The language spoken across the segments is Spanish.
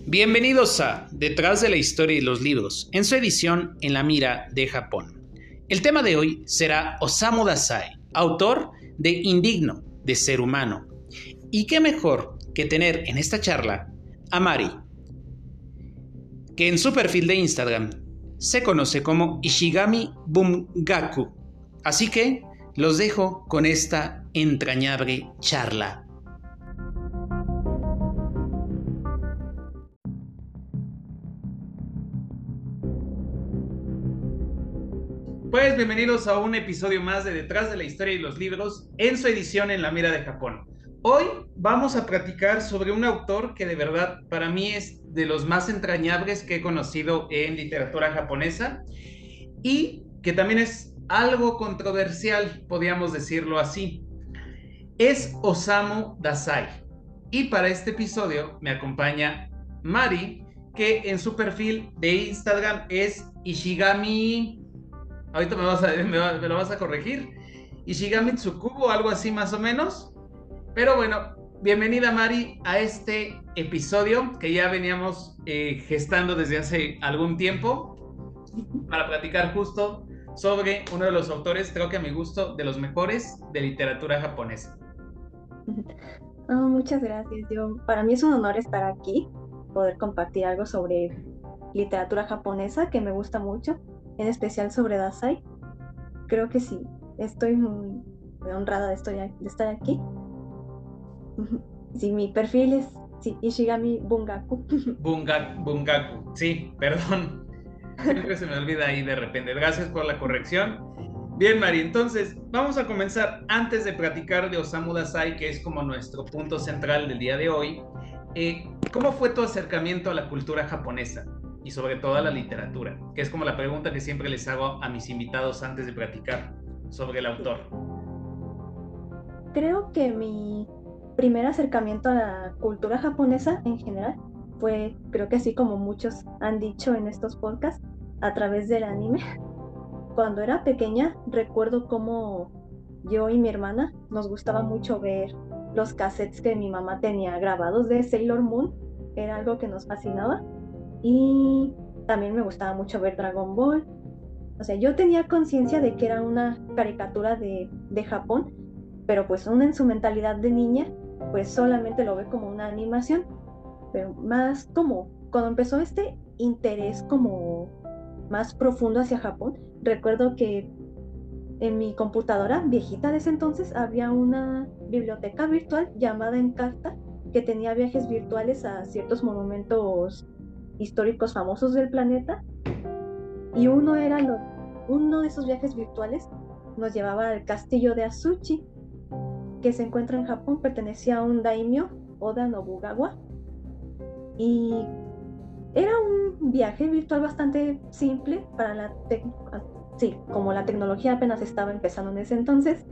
Bienvenidos a Detrás de la historia y los libros, en su edición En la mira de Japón. El tema de hoy será Osamu Dazai, autor de Indigno de ser humano. Y qué mejor que tener en esta charla a Mari, que en su perfil de Instagram se conoce como Ishigami Bungaku. Así que los dejo con esta entrañable charla. Pues bienvenidos a un episodio más de Detrás de la historia y los libros, en su edición En la mira de Japón. Hoy vamos a platicar sobre un autor que de verdad para mí es de los más entrañables que he conocido en literatura japonesa y que también es algo controversial, podríamos decirlo así. Es Osamu Dazai. Y para este episodio me acompaña Mari, que en su perfil de Instagram es Ishigami... Ahorita me lo vas a corregir. Ishigami Tsukubo, algo así más o menos. Pero bueno, bienvenida Mari a este episodio que ya veníamos gestando desde hace algún tiempo para platicar justo sobre uno de los autores, creo que a mi gusto, de los mejores de literatura japonesa. Muchas gracias. Para mí es un honor estar aquí, poder compartir algo sobre literatura japonesa que me gusta mucho, en especial sobre Dazai. Creo que sí, estoy muy honrada de estar aquí. Sí, mi perfil es Ishigami Bungaku. Bungaku, sí, perdón. Siempre se me olvida ahí de repente. Gracias por la corrección. Bien, Mari, entonces vamos a comenzar antes de platicar de Osamu Dazai, que es como nuestro punto central del día de hoy. ¿Cómo fue tu acercamiento a la cultura japonesa y sobre todo a la literatura? Que es como la pregunta que siempre les hago a mis invitados antes de platicar sobre el autor. Creo que mi primer acercamiento a la cultura japonesa en general fue, creo que así como muchos han dicho en estos podcasts, a través del anime. Cuando era pequeña, recuerdo cómo yo y mi hermana nos gustaba mucho ver los cassettes que mi mamá tenía grabados de Sailor Moon. Era algo que nos fascinaba. Y también me gustaba mucho ver Dragon Ball. O sea, yo tenía conciencia de que era una caricatura de Japón, pero pues uno en su mentalidad de niña, pues solamente lo ve como una animación. Pero más como cuando empezó este interés como más profundo hacia Japón, recuerdo que en mi computadora viejita de ese entonces había una biblioteca virtual llamada Encarta que tenía viajes virtuales a ciertos monumentos históricos famosos del planeta, y uno de esos viajes virtuales nos llevaba al castillo de Azuchi, que se encuentra en Japón. Pertenecía a un daimyo, Oda Nobugawa, y era un viaje virtual bastante simple para sí, como la tecnología apenas estaba empezando en ese entonces,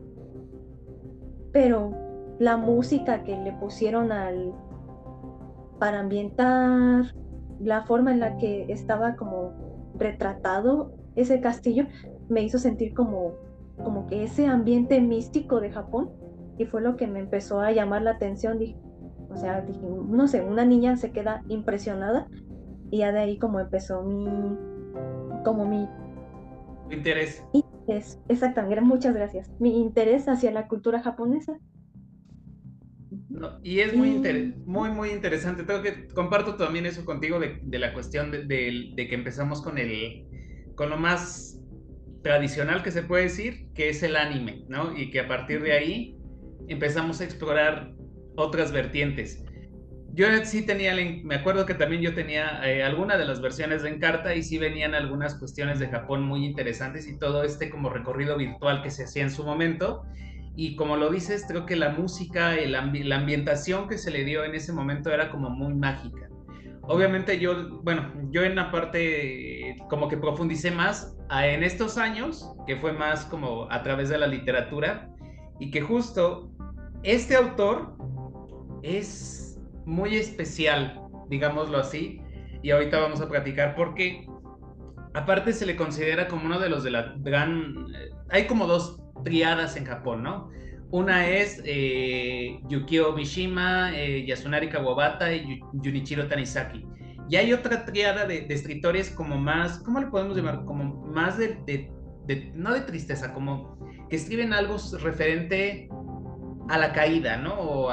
pero la música que le pusieron para ambientar, la forma en la que estaba como retratado ese castillo, me hizo sentir como que ese ambiente místico de Japón, y fue lo que me empezó a llamar la atención. Dije, no sé, una niña se queda impresionada, y ya de ahí como empezó mi Interés. interés. Exactamente, muchas gracias. Mi interés hacia la cultura japonesa. No, y es Y muy interesante. Tengo que comparto también eso contigo de la cuestión de que empezamos con lo más tradicional que se puede decir, que es el anime, ¿no? Y que a partir de ahí empezamos a explorar otras vertientes. Yo sí tenía, me acuerdo que también yo tenía alguna de las versiones de Encarta y sí venían algunas cuestiones de Japón muy interesantes y todo este como recorrido virtual que se hacía en su momento. Y como lo dices, creo que la música, la ambientación que se le dio en ese momento era como muy mágica. Obviamente yo en la parte como que profundicé más en estos años, que fue más como a través de la literatura, y que justo este autor es muy especial, digámoslo así, y ahorita vamos a platicar porque aparte se le considera como uno de los de la gran... hay como dos triadas en Japón, ¿no? Una es Yukio Mishima, Yasunari Kawabata y Junichiro Tanizaki. Y hay otra triada de escritores como más, ¿cómo le podemos llamar? Como más no de tristeza, como que escriben algo referente a la caída, ¿no? O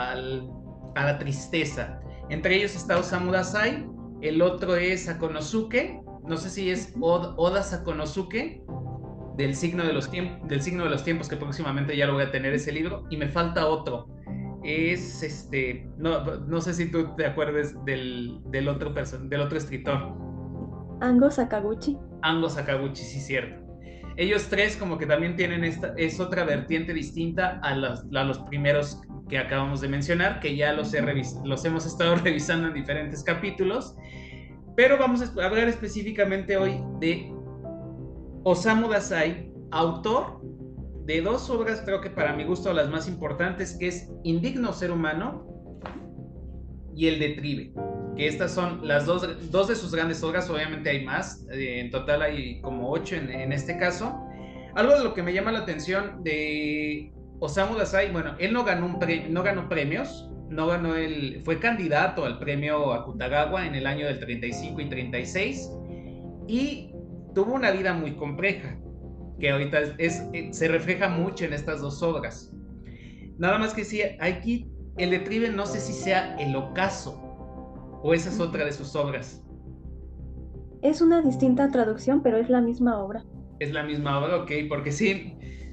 a la tristeza. Entre ellos está Osamu Dazai, el otro es Sakonosuke, no sé si es Oda Sakonosuke, del signo de los tiempos, que próximamente ya lo voy a tener ese libro, y me falta otro. Es no sé si tú te acuerdes del otro escritor. Ango Sakaguchi. Ango Sakaguchi, sí, cierto. Ellos tres como que también tienen es otra vertiente distinta a los primeros que acabamos de mencionar, que ya los hemos estado revisando en diferentes capítulos, pero vamos a hablar específicamente hoy de Osamu Dazai, autor de dos obras, creo que para mi gusto las más importantes, que es Indigno Ser Humano y El Detrive, que estas son las dos de sus grandes obras. Obviamente hay más, en total hay como 8 en este caso. Algo de lo que me llama la atención de Osamu Dazai, bueno, él no ganó premios, fue candidato al premio Akutagawa en el año del 35 y 36, y tuvo una vida muy compleja, que ahorita se refleja mucho en estas dos obras. Nada más que sí, aquí El Detrive no sé si sea El Ocaso o esa es otra de sus obras. Es una distinta traducción, pero es la misma obra. Es la misma obra, ok, porque sí,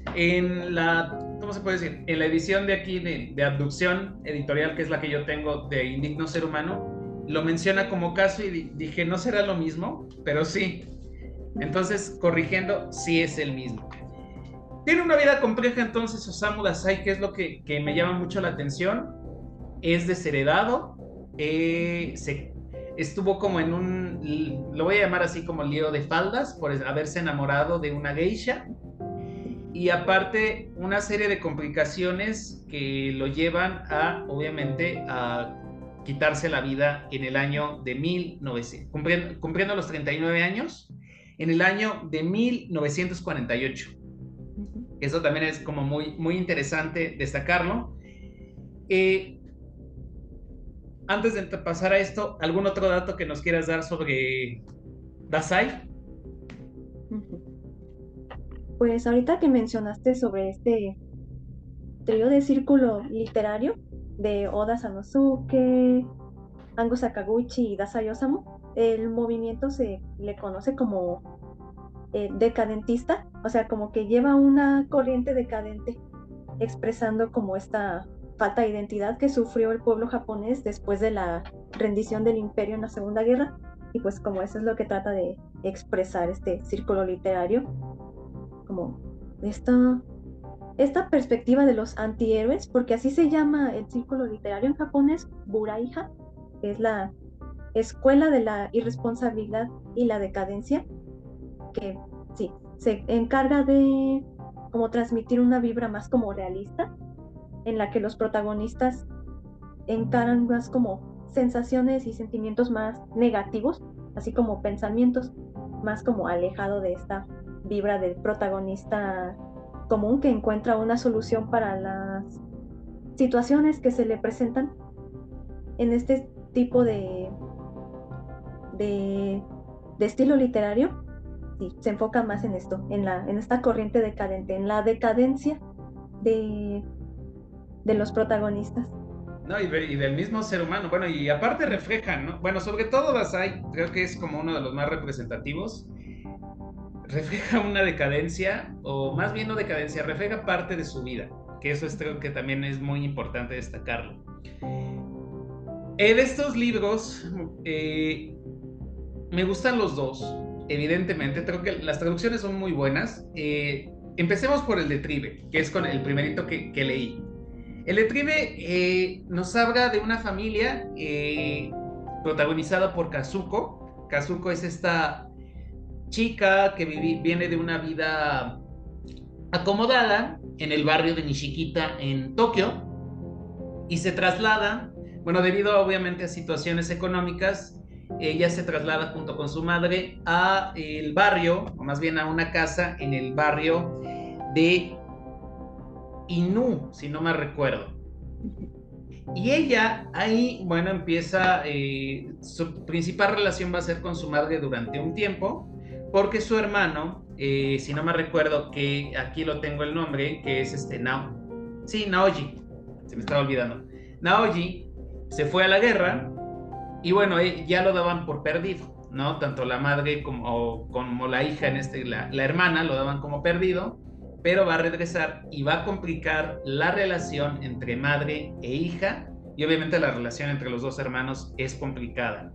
¿cómo se puede decir? En la edición de aquí de Abducción Editorial, que es la que yo tengo de Indigno Ser Humano, lo menciona como caso y dije, ¿no será lo mismo? Pero sí. Entonces, corrigiendo, sí es el mismo. Tiene una vida compleja entonces Osamu Dazai, que es lo que me llama mucho la atención. Es desheredado, estuvo como en lo voy a llamar así como lío de faldas, por haberse enamorado de una geisha, y aparte una serie de complicaciones que lo llevan obviamente, a quitarse la vida en el año de 1900, cumpliendo los 39 años, en el año de 1948. Eso también es como muy, muy interesante destacarlo. Antes de pasar a esto, ¿algún otro dato que nos quieras dar sobre Dazai? Pues ahorita que mencionaste sobre este trío de círculo literario de Oda Sanosuke, Ango Sakaguchi y Dazai Osamu, el movimiento se le conoce como decadentista, o sea, como que lleva una corriente decadente, expresando como esta falta de identidad que sufrió el pueblo japonés después de la rendición del imperio en la Segunda Guerra, y pues como eso es lo que trata de expresar este círculo literario, como esta perspectiva de los antihéroes, porque así se llama el círculo literario en japonés, Buraiha, que es la escuela de la irresponsabilidad y la decadencia, que sí, se encarga de como transmitir una vibra más como realista, en la que los protagonistas encaran más como sensaciones y sentimientos más negativos, así como pensamientos, más como alejado de esta vibra del protagonista común que encuentra una solución para las situaciones que se le presentan en este tipo de estilo literario. Sí, se enfoca más en esto, en esta corriente decadente, en la decadencia de los protagonistas. No, y del mismo ser humano. Bueno, y aparte reflejan, ¿no? Bueno, sobre todo Dazai, creo que es como uno de los más representativos. Refleja una decadencia, o más bien no decadencia, refleja parte de su vida, que eso creo que también es muy importante destacarlo. De estos libros, me gustan los dos, evidentemente, creo que las traducciones son muy buenas. Empecemos por El Detrive, que es con el primerito que leí. El Detrive nos habla de una familia protagonizada por Kazuko. Kazuko es esta chica que viene de una vida acomodada en el barrio de Nishikita en Tokio, y se traslada, bueno, debido obviamente a situaciones económicas, ella se traslada junto con su madre a el barrio, o más bien a una casa en el barrio de Inu, si no mal recuerdo. Y ella ahí, bueno, empieza, su principal relación va a ser con su madre durante un tiempo, porque su hermano, si no me recuerdo, que aquí lo tengo el nombre, que es Naoji, se me estaba olvidando. Naoji se fue a la guerra y bueno, ya lo daban por perdido, ¿no? Tanto la madre como la hija, la hermana, lo daban como perdido, pero va a regresar y va a complicar la relación entre madre e hija, y obviamente la relación entre los dos hermanos es complicada.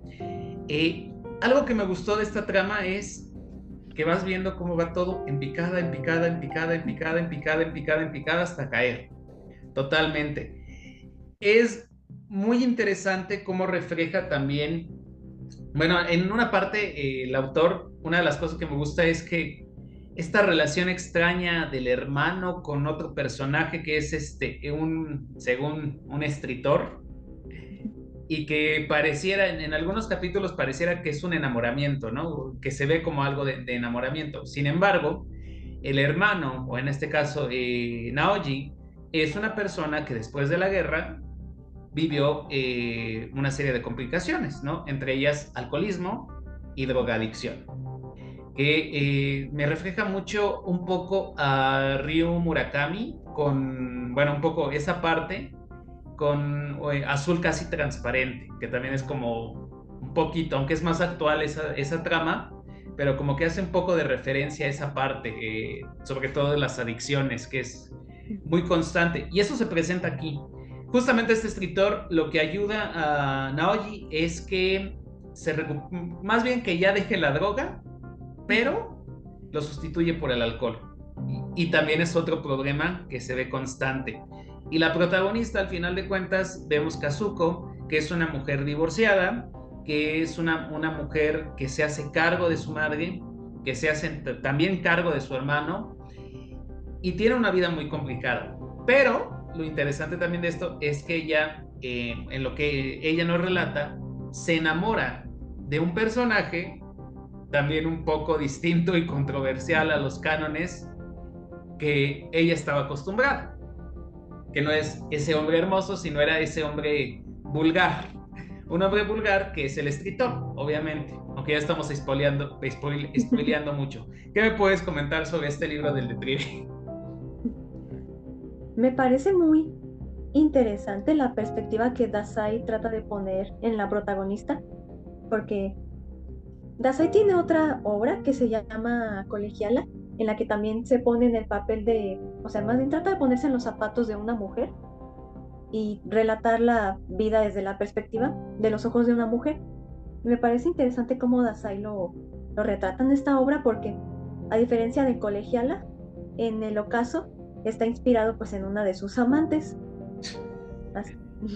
Algo que me gustó de esta trama es que vas viendo cómo va todo en picada, en picada, en picada, en picada, en picada, en picada, en picada, hasta caer. Totalmente. Es muy interesante cómo refleja también, bueno, en una parte, el autor, una de las cosas que me gusta es que esta relación extraña del hermano con otro personaje que es según un escritor, y que pareciera, en algunos capítulos pareciera que es un enamoramiento, ¿no? Que se ve como algo de enamoramiento. Sin embargo, el hermano, o en este caso Naoji, es una persona que después de la guerra vivió una serie de complicaciones, ¿no? Entre ellas alcoholismo y drogadicción, que me refleja mucho un poco a Ryu Murakami con, bueno, un poco esa parte con azul casi transparente, que también es como un poquito, aunque es más actual esa trama, pero como que hace un poco de referencia a esa parte, sobre todo de las adicciones, que es muy constante. Y eso se presenta aquí. Justamente este escritor lo que ayuda a Naoji es que más bien que ya deje la droga, pero lo sustituye por el alcohol. Y también es otro problema que se ve constante. Y la protagonista, al final de cuentas, vemos Kazuko, que es una mujer divorciada, que es una mujer que se hace cargo de su madre, que se hace también cargo de su hermano, y tiene una vida muy complicada. Pero lo interesante también de esto es que ella, en lo que ella nos relata, se enamora de un personaje también un poco distinto y controversial a los cánones que ella estaba acostumbrada, que no es ese hombre hermoso, sino era ese hombre vulgar. Un hombre vulgar que es el escritor, obviamente, aunque ya estamos spoileando mucho. ¿Qué me puedes comentar sobre este libro del Detective? Me parece muy interesante la perspectiva que Dazai trata de poner en la protagonista, porque Dazai tiene otra obra que se llama Colegiala, en la que también se pone en el papel de, o sea, más bien trata de ponerse en los zapatos de una mujer y relatar la vida desde la perspectiva de los ojos de una mujer. Me parece interesante cómo Dazai lo retrata en esta obra porque, a diferencia de Colegiala, en el ocaso está inspirado pues en una de sus amantes. Así,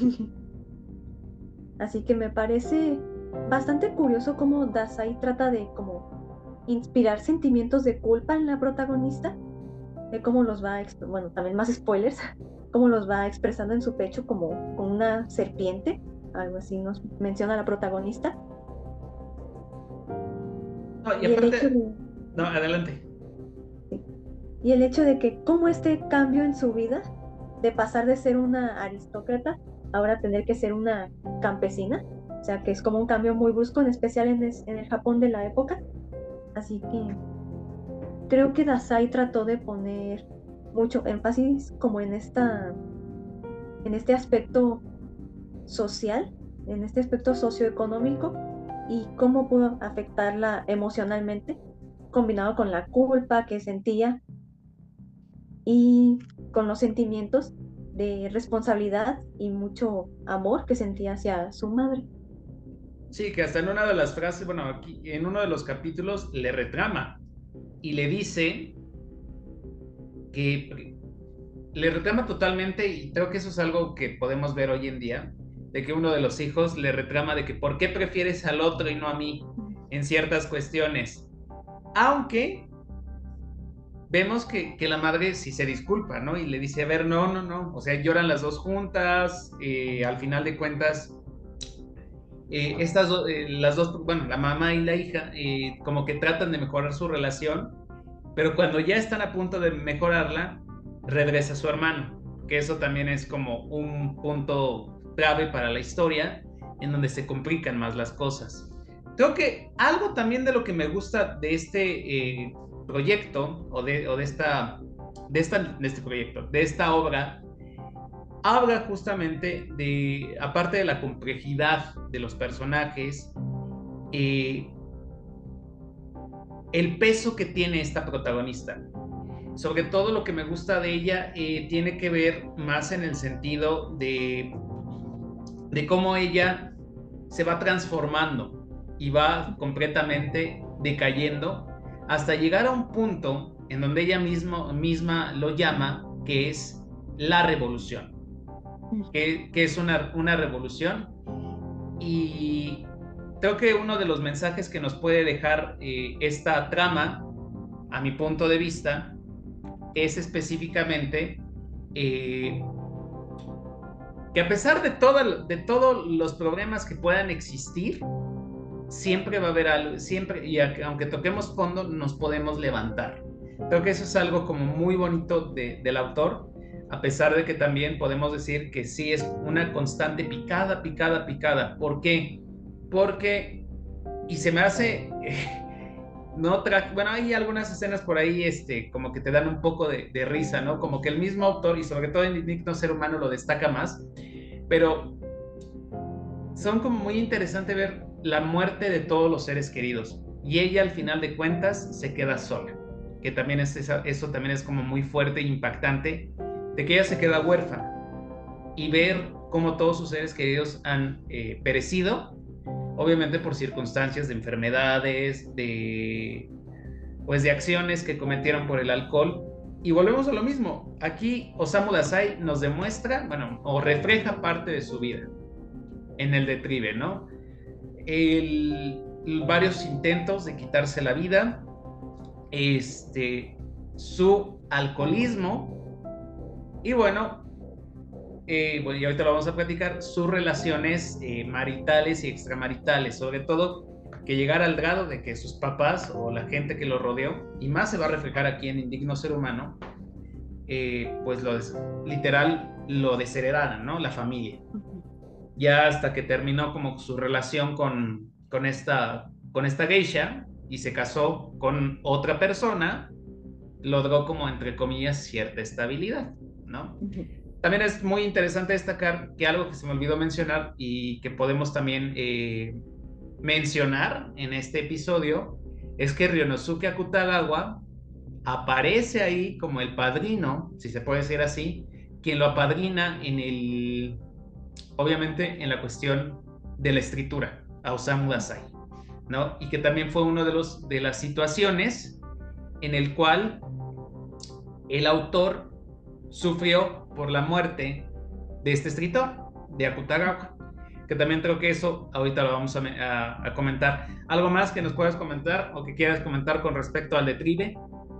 así que me parece bastante curioso cómo Dazai trata de como inspirar sentimientos de culpa en la protagonista, de cómo los va, bueno, también más spoilers, cómo los va expresando en su pecho como con una serpiente, algo así nos menciona la protagonista. No, y Y el hecho aparte, de, no, adelante. y el hecho de que cómo este cambio en su vida, de pasar de ser una aristócrata, ahora tener que ser una campesina, o sea que es como un cambio muy brusco, en especial en el Japón de la época. Así que creo que Dazai trató de poner mucho énfasis como en este aspecto social, en este aspecto socioeconómico y cómo pudo afectarla emocionalmente, combinado con la culpa que sentía y con los sentimientos de responsabilidad y mucho amor que sentía hacia su madre. Sí, que hasta en una de las frases, bueno, aquí en uno de los capítulos le reclama y le dice que le reclama totalmente, y creo que eso es algo que podemos ver hoy en día, de que uno de los hijos le reclama de que por qué prefieres al otro y no a mí en ciertas cuestiones. Aunque vemos que la madre sí se disculpa, ¿no? Y le dice, a ver, no, no, no, o sea, lloran las dos juntas, al final de cuentas, las dos, bueno, la mamá y la hija, como que tratan de mejorar su relación, pero cuando ya están a punto de mejorarla, regresa a su hermano, que eso también es como un punto clave para la historia, en donde se complican más las cosas. Creo que algo también de lo que me gusta de este proyecto, de esta obra, habla justamente de, aparte de la complejidad de los personajes, eh, el peso que tiene esta protagonista. Sobre todo lo que me gusta de ella tiene que ver más en el sentido de cómo ella se va transformando y va completamente decayendo hasta llegar a un punto en donde ella misma lo llama, que es la revolución, que es una revolución. Y creo que uno de los mensajes que nos puede dejar esta trama, a mi punto de vista, es específicamente que a pesar de todos los problemas que puedan existir, siempre va a haber algo, siempre, y aunque toquemos fondo, nos podemos levantar. Creo que eso es algo como muy bonito del autor, a pesar de que también podemos decir que sí es una constante picada, picada, picada. ¿Por qué? Porque, y se me hace, no bueno, hay algunas escenas por ahí, como que te dan un poco de risa, ¿no? Como que el mismo autor, y sobre todo en Indigno Ser Humano, lo destaca más, pero son como muy interesante ver la muerte de todos los seres queridos, y ella al final de cuentas se queda sola, que también eso también es como muy fuerte e impactante, de que ella se queda huérfana, y ver cómo todos sus seres queridos han perecido, obviamente por circunstancias de enfermedades, pues de acciones que cometieron por el alcohol. Y volvemos a lo mismo. Aquí Osamu Dazai nos demuestra, bueno, o refleja parte de su vida en el de Tribe, ¿no? Varios intentos de quitarse la vida, su alcoholismo, y bueno, y ahorita lo vamos a platicar, sus relaciones maritales y extramaritales, sobre todo que llegara al grado de que sus papás o la gente que lo rodeó, y más se va a reflejar aquí en Indigno Ser Humano, pues literal lo desheredaran, ¿no? La familia. Ya hasta que terminó como su relación con esta geisha y se casó con otra persona, logró como entre comillas cierta estabilidad, ¿no? También es muy interesante destacar que algo que se me olvidó mencionar y que podemos también mencionar en este episodio es que Ryonosuke Akutagawa aparece ahí como el padrino, si se puede decir así, quien lo apadrina obviamente en la cuestión de la escritura, a Osamu Dazai, ¿no? Y que también fue uno de las situaciones en el cual el autor sufrió por la muerte de este escritor, de Akutagawa, que también creo que eso ahorita lo vamos a comentar. ¿Algo más que nos puedas comentar o que quieras comentar con respecto al declive?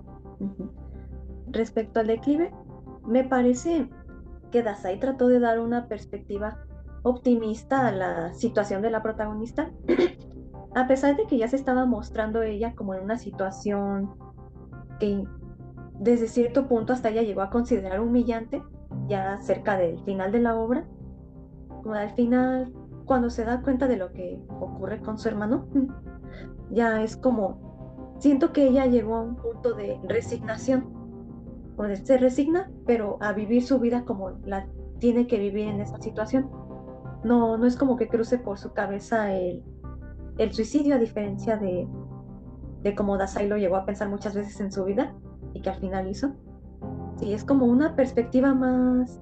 Respecto al declive, me parece que Dazai trató de dar una perspectiva optimista a la situación de la protagonista, a pesar de que ya se estaba mostrando ella como en una situación que desde cierto punto hasta ella llegó a considerar humillante, ya cerca del final de la obra, como al final, cuando se da cuenta de lo que ocurre con su hermano, ya es como, siento que ella llegó a un punto de resignación, donde se resigna, pero a vivir su vida como la tiene que vivir en esa situación. No, no es como que cruce por su cabeza el suicidio, a diferencia de cómo Dazai lo llegó a pensar muchas veces en su vida y que al final hizo. Sí, es como una perspectiva más,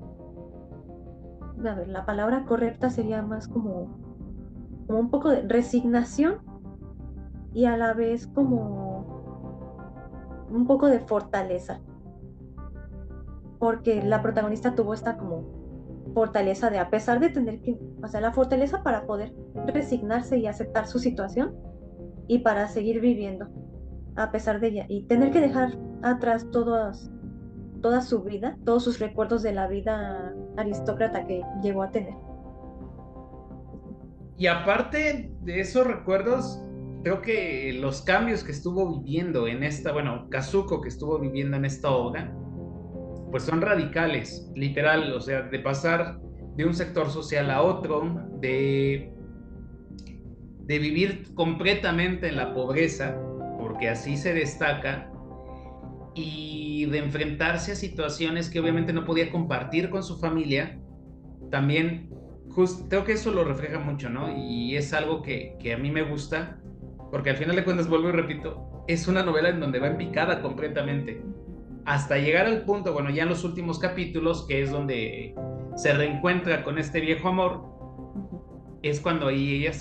a ver, la palabra correcta sería más como un poco de resignación y a la vez como un poco de fortaleza, porque la protagonista tuvo esta como fortaleza de, a pesar de tener que, o sea, la fortaleza para poder resignarse y aceptar su situación y para seguir viviendo a pesar de ella y tener que dejar atrás toda su vida, todos sus recuerdos de la vida aristócrata que llegó a tener. Y aparte de esos recuerdos, creo que los cambios que estuvo viviendo en esta, bueno, Kazuko que estuvo viviendo en esta obra, pues son radicales, literal, o sea, de pasar de un sector social a otro, de vivir completamente en la pobreza, porque así se destaca, y de enfrentarse a situaciones que obviamente no podía compartir con su familia. También creo que eso lo refleja mucho, ¿no? Y es algo que a mí me gusta, porque al final de cuentas, vuelvo y repito, es una novela en donde va en picada completamente, hasta llegar al punto, bueno, ya en los últimos capítulos, que es donde se reencuentra con este viejo amor, es cuando ahí ella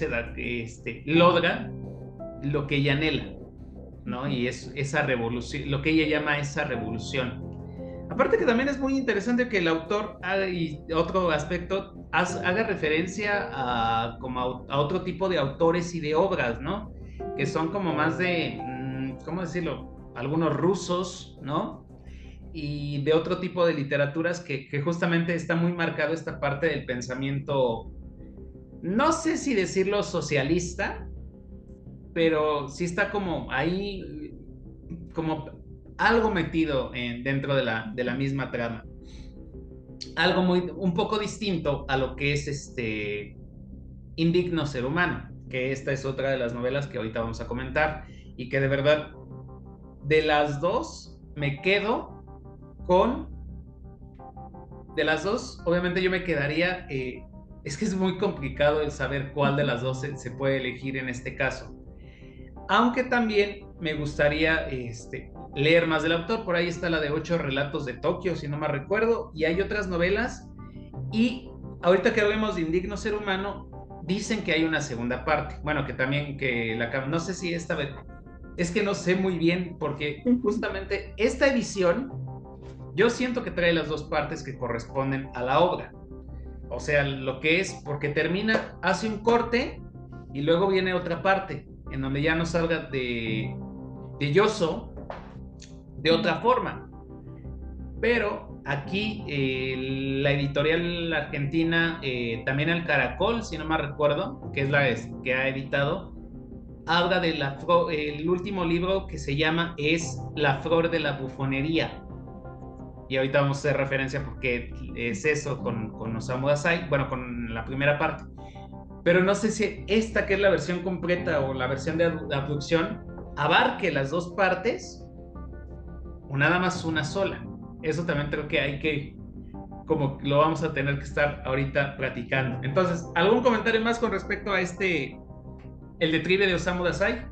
logra lo que ella anhela, ¿no? Y es esa revolución, lo que ella llama esa revolución. Aparte que también es muy interesante que el autor haga, y otro aspecto, haga referencia a otro tipo de autores y de obras, ¿no? Que son como más de, ¿cómo decirlo? Algunos rusos, ¿no? Y de otro tipo de literaturas que justamente está muy marcado esta parte del pensamiento, no sé si decirlo socialista, pero sí está como ahí, como algo metido dentro de la misma trama. Algo un poco distinto a lo que es Indigno Ser Humano, que esta es otra de las novelas que ahorita vamos a comentar, y que de verdad, de las dos, me quedo con... De las dos, obviamente yo me quedaría... es que es muy complicado el saber cuál de las dos se puede elegir en este caso. Aunque también me gustaría leer más del autor. Por ahí está la de 8 relatos de Tokio, si no me recuerdo, y hay otras novelas. Y ahorita que hablemos de Indigno Ser Humano, dicen que hay una segunda parte. Bueno, que también no sé si esta vez, es que no sé muy bien, porque justamente esta edición, yo siento que trae las dos partes que corresponden a la obra. O sea, lo que es, porque termina, hace un corte y luego viene otra parte, en donde ya nos salga de Yoso de otra forma. Pero aquí la editorial argentina, también el Caracol, si no me recuerdo, que es la que ha editado, habla de el último libro que se llama Es la flor de la bufonería. Y ahorita vamos a hacer referencia porque es eso con Osamu Dazai, bueno, con la primera parte. Pero no sé si esta, que es la versión completa o la versión de abducción, abarque las dos partes o nada más una sola. Eso también creo que hay que, como lo vamos a tener que estar ahorita platicando. Entonces, ¿algún comentario más con respecto a el de Tribe de Osamu Dazai?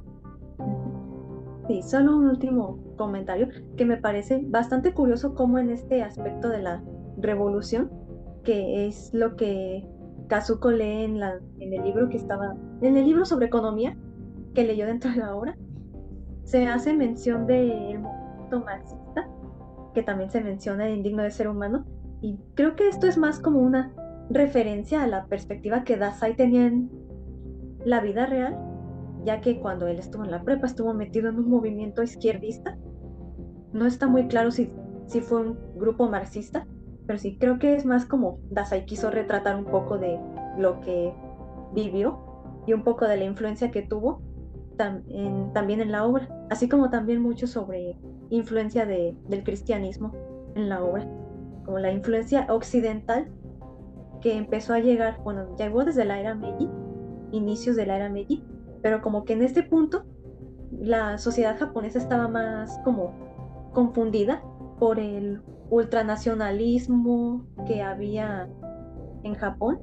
Sí, solo un último comentario que me parece bastante curioso cómo en este aspecto de la revolución, que es lo que Kazuko lee en el libro en el libro sobre economía que leyó dentro de la obra, se hace mención del movimiento marxista, que también se menciona en Indigno de Ser Humano, y creo que esto es más como una referencia a la perspectiva que Dazai tenía en la vida real, ya que cuando él estuvo en la prepa estuvo metido en un movimiento izquierdista. No está muy claro si fue un grupo marxista, pero sí creo que es más como Dazai quiso retratar un poco de lo que vivió y un poco de la influencia que tuvo también en la obra, así como también mucho sobre influencia del cristianismo en la obra, como la influencia occidental que empezó a llegar, bueno, llegó desde la era Meiji, inicios de la era Meiji, pero como que en este punto la sociedad japonesa estaba más como confundida por el ultranacionalismo que había en Japón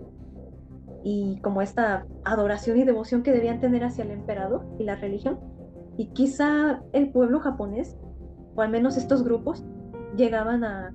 y como esta adoración y devoción que debían tener hacia el emperador y la religión. Y quizá el pueblo japonés, o al menos estos grupos, llegaban a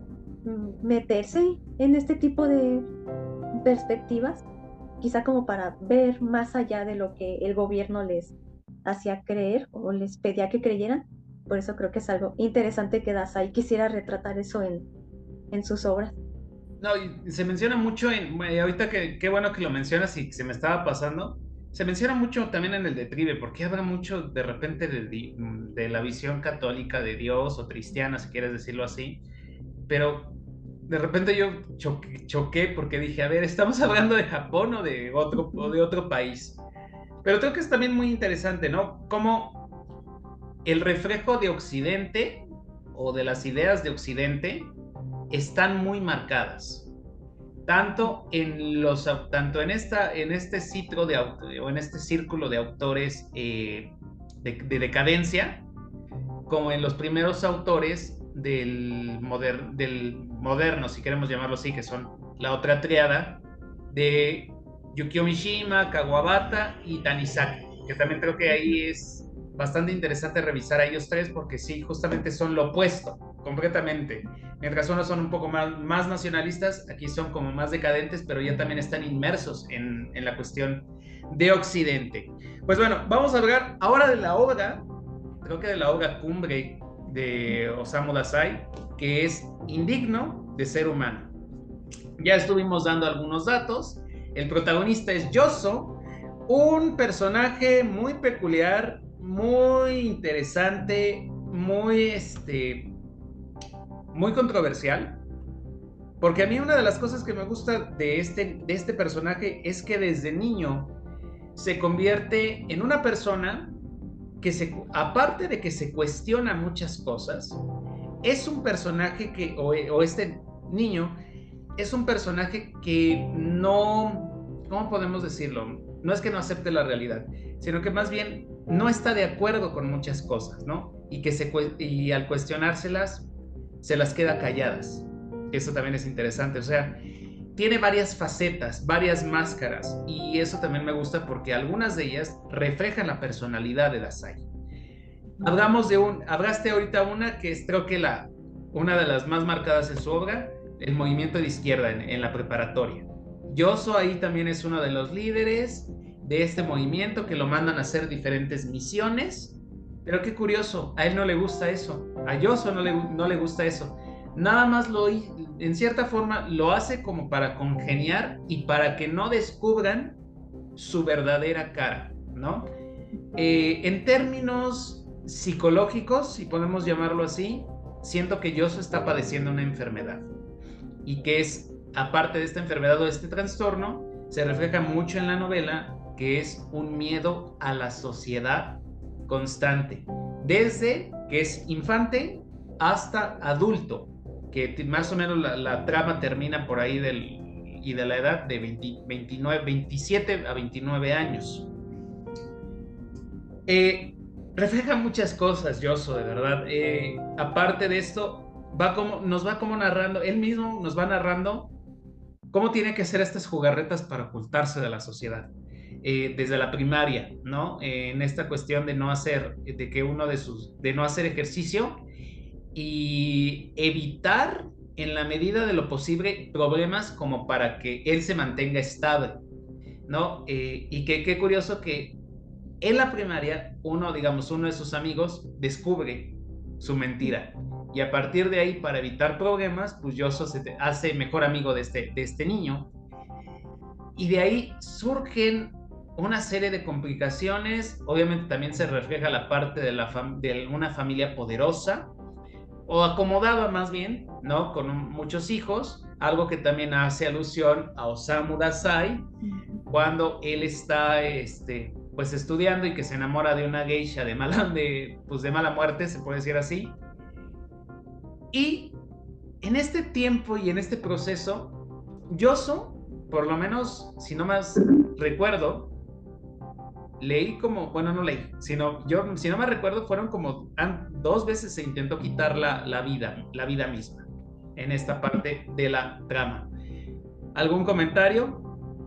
meterse en este tipo de perspectivas, quizá como para ver más allá de lo que el gobierno les hacía creer o les pedía que creyeran. Por eso creo que es algo interesante que Dazai quisiera retratar eso en sus obras. No, y se menciona mucho ahorita que qué bueno que lo mencionas y se me estaba pasando. Se menciona mucho también en el de Tribe, porque habla mucho de repente de la visión católica de Dios o cristiana, si quieres decirlo así. Pero de repente yo choqué porque dije, a ver, ¿estamos hablando de Japón o de otro país? Pero creo que es también muy interesante, ¿no? Cómo el reflejo de Occidente o de las ideas de Occidente están muy marcadas. Tanto en este ciclo o en este círculo de autores de decadencia, como en los primeros autores del moderno, si queremos llamarlo así, que son la otra triada de Yukio Mishima, Kawabata y Tanizaki, que también creo que ahí es bastante interesante revisar a ellos tres, porque sí, justamente son lo opuesto, completamente. Mientras unos son un poco más nacionalistas, aquí son como más decadentes, pero ya también están inmersos en la cuestión de Occidente. Pues bueno, vamos a hablar ahora de la obra, creo que de la obra cumbre de Osamu Dazai, que es Indigno de Ser Humano. Ya estuvimos dando algunos datos. El protagonista es Yoso, un personaje muy peculiar, muy interesante, muy controversial, porque a mí una de las cosas que me gusta de este personaje es que desde niño se convierte en una persona que aparte de que se cuestiona muchas cosas, es un personaje o este niño, es un personaje que no, ¿cómo podemos decirlo? No es que no acepte la realidad, sino que más bien no está de acuerdo con muchas cosas, ¿no? Y al cuestionárselas, se las queda calladas. Eso también es interesante, o sea, tiene varias facetas, varias máscaras, y eso también me gusta porque algunas de ellas reflejan la personalidad de Dazai. Hablaste ahorita una que es creo que una de las más marcadas en su obra, el movimiento de izquierda en la preparatoria. Yoso ahí también es uno de los líderes de este movimiento, que lo mandan a hacer diferentes misiones, pero qué curioso, a él no le gusta eso, a Yoso no le gusta eso. Nada más en cierta forma lo hace como para congeniar y para que no descubran su verdadera cara, ¿no? En términos psicológicos, si podemos llamarlo así, siento que Yoso está padeciendo una enfermedad, y que es, aparte de esta enfermedad o de este trastorno, se refleja mucho en la novela, que es un miedo a la sociedad constante, desde que es infante hasta adulto, que más o menos la trama termina por ahí y de la edad de 27 a 29 años. Refleja muchas cosas, Yoso, de verdad. Aparte de esto, nos va como narrando, él mismo nos va narrando cómo tiene que hacer estas jugarretas para ocultarse de la sociedad. Desde la primaria, ¿no? En esta cuestión de no hacer, de no hacer ejercicio y evitar en la medida de lo posible problemas como para que él se mantenga estable, ¿no? Y qué curioso que en la primaria uno de sus amigos descubre su mentira, y a partir de ahí, para evitar problemas, pues Yoso se hace mejor amigo de este niño, y de ahí surgen una serie de complicaciones. Obviamente también se refleja la parte de una familia poderosa o acomodada más bien, ¿no? Con muchos hijos, algo que también hace alusión a Osamu Dazai cuando él está pues estudiando y que se enamora de una geisha de mala muerte, se puede decir así. Y en este tiempo y en este proceso, Yoso, por lo menos, si no más recuerdo, leí como, bueno, no leí, sino yo, si no me recuerdo, fueron como 2 veces se intentó quitar la vida misma en esta parte de la trama. ¿Algún comentario?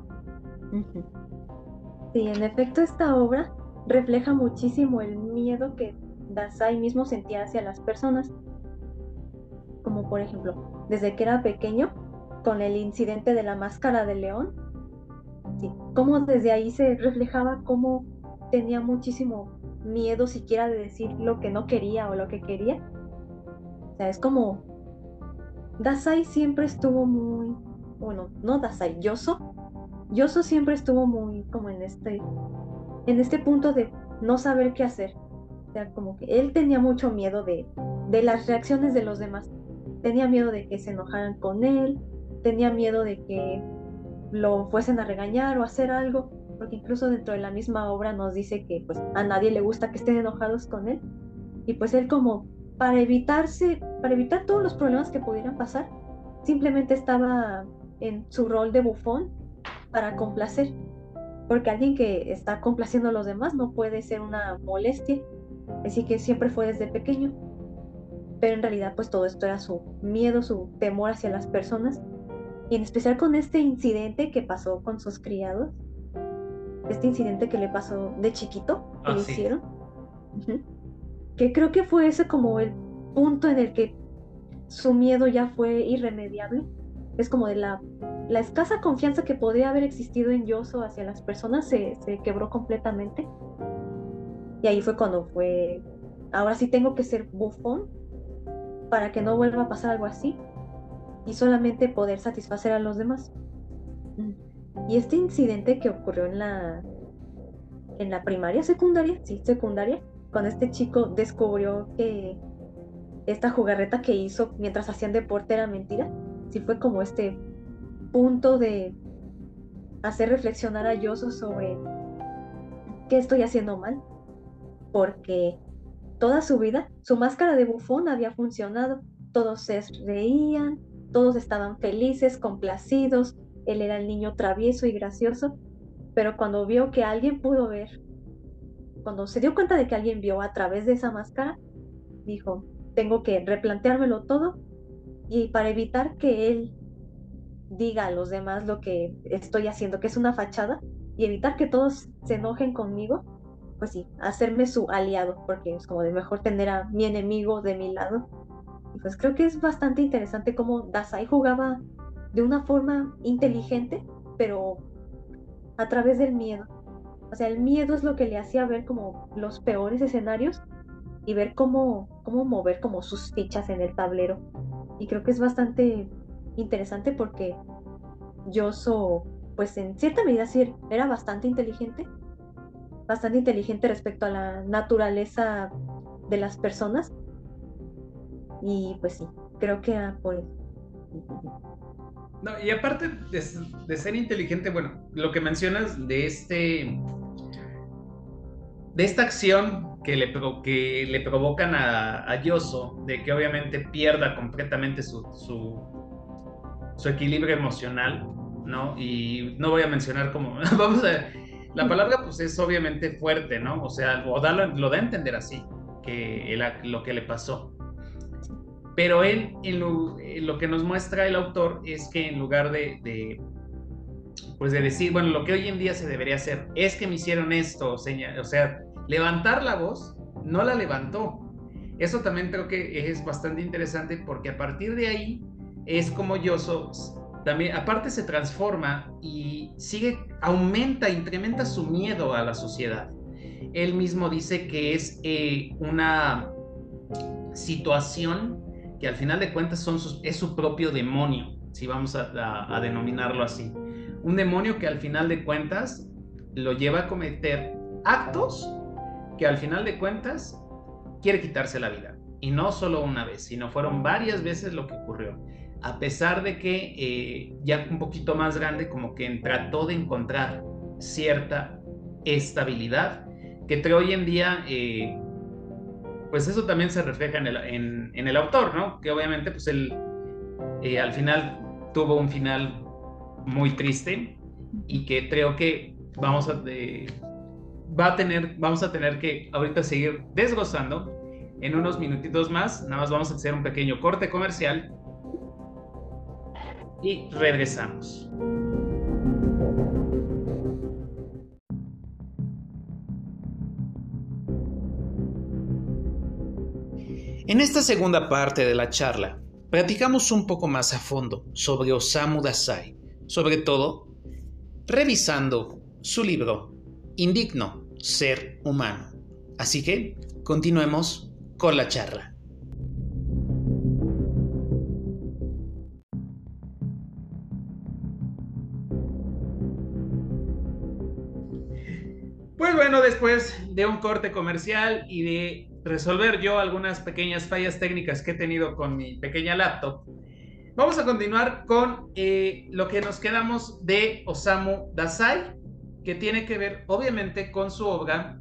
Sí, en efecto, esta obra refleja muchísimo el miedo que Dazai mismo sentía hacia las personas, como por ejemplo, desde que era pequeño, con el incidente de la máscara de león, sí, cómo desde ahí se reflejaba cómo tenía muchísimo miedo siquiera de decir lo que no quería o lo que quería. O sea, es como Dazai siempre estuvo muy, bueno, no Dazai, Yoso siempre estuvo muy como en este punto de no saber qué hacer. O sea, como que él tenía mucho miedo de las reacciones de los demás. Tenía miedo de que se enojaran con él, tenía miedo de que lo fuesen a regañar o hacer algo, porque incluso dentro de la misma obra nos dice que pues a nadie le gusta que estén enojados con él, y pues él como para evitar todos los problemas que pudieran pasar, simplemente estaba en su rol de bufón para complacer, porque alguien que está complaciendo a los demás no puede ser una molestia, así que siempre fue desde pequeño, pero en realidad pues todo esto era su miedo, su temor hacia las personas, y en especial con este incidente que pasó con sus criados, este incidente que le pasó de chiquito, que le Sí. hicieron, que creo que fue ese como el punto en el que su miedo ya fue irremediable. Es como de la escasa confianza que podría haber existido en Yoso hacia las personas se quebró completamente. Y ahí fue cuando fue, ahora sí tengo que ser bufón para que no vuelva a pasar algo así y solamente poder satisfacer a los demás. Y este incidente que ocurrió en la primaria, secundaria, sí, secundaria, cuando este chico descubrió que esta jugarreta que hizo mientras hacían deporte era mentira, sí fue como este punto de hacer reflexionar a Yoso sobre qué estoy haciendo mal, porque toda su vida su máscara de bufón había funcionado, todos se reían, todos estaban felices, complacidos, él era el niño travieso y gracioso, pero cuando vio que alguien pudo ver, cuando se dio cuenta de que alguien vio a través de esa máscara, dijo, tengo que replanteármelo todo y para evitar que él diga a los demás lo que estoy haciendo, que es una fachada, y evitar que todos se enojen conmigo, pues sí, hacerme su aliado, porque es como de mejor tener a mi enemigo de mi lado. Y pues creo que es bastante interesante cómo Dasai jugaba de una forma inteligente, pero a través del miedo. O sea, el miedo es lo que le hacía ver como los peores escenarios y ver cómo mover como sus fichas en el tablero. Y creo que es bastante interesante porque Yoso, pues en cierta medida sí era bastante inteligente respecto a la naturaleza de las personas. Y pues sí, creo que por eso. No, y aparte de ser inteligente, bueno, lo que mencionas de esta acción que le provocan a Yoso, de que obviamente pierda completamente su equilibrio emocional, ¿no? Y no voy a mencionar cómo, vamos a, la palabra pues es obviamente fuerte, ¿no? O sea, lo da a entender así, que lo que le pasó. Pero él, en lo que nos muestra el autor es que en lugar pues de decir, bueno, lo que hoy en día se debería hacer es que me hicieron esto, o sea, levantar la voz, no la levantó. Eso también creo que es bastante interesante porque a partir de ahí es como Yoso también, aparte se transforma y aumenta, incrementa su miedo a la sociedad. Él mismo dice que es una situación que al final de cuentas es su propio demonio, si vamos a denominarlo así. Un demonio que al final de cuentas lo lleva a cometer actos que al final de cuentas quiere quitarse la vida. Y no solo una vez, sino fueron varias veces lo que ocurrió. A pesar de que ya un poquito más grande, como que trató de encontrar cierta estabilidad, que entre hoy en día pues eso también se refleja en el autor, ¿no? Que obviamente pues él al final tuvo un final muy triste y que creo que vamos a tener que ahorita seguir desglosando en unos minutitos más. Nada más vamos a hacer un pequeño corte comercial y regresamos. En esta segunda parte de la charla, platicamos un poco más a fondo sobre Osamu Dazai, sobre todo revisando su libro Indigno Ser Humano. Así que continuemos con la charla. Pues bueno, después de un corte comercial y de resolver yo algunas pequeñas fallas técnicas que he tenido con mi pequeña laptop, vamos a continuar con lo que nos quedamos de Osamu Dazai, que tiene que ver obviamente con su obra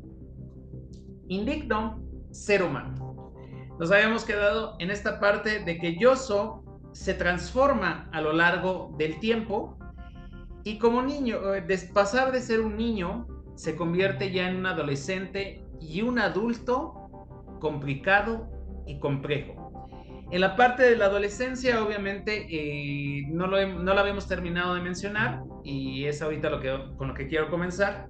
Indigno Ser Humano. Nos habíamos quedado en esta parte de que Yoso se transforma a lo largo del tiempo y como niño, pasar de ser un niño, se convierte ya en un adolescente y un adulto complicado y complejo. En la parte de la adolescencia, obviamente, no la habíamos terminado de mencionar y es ahorita con lo que quiero comenzar.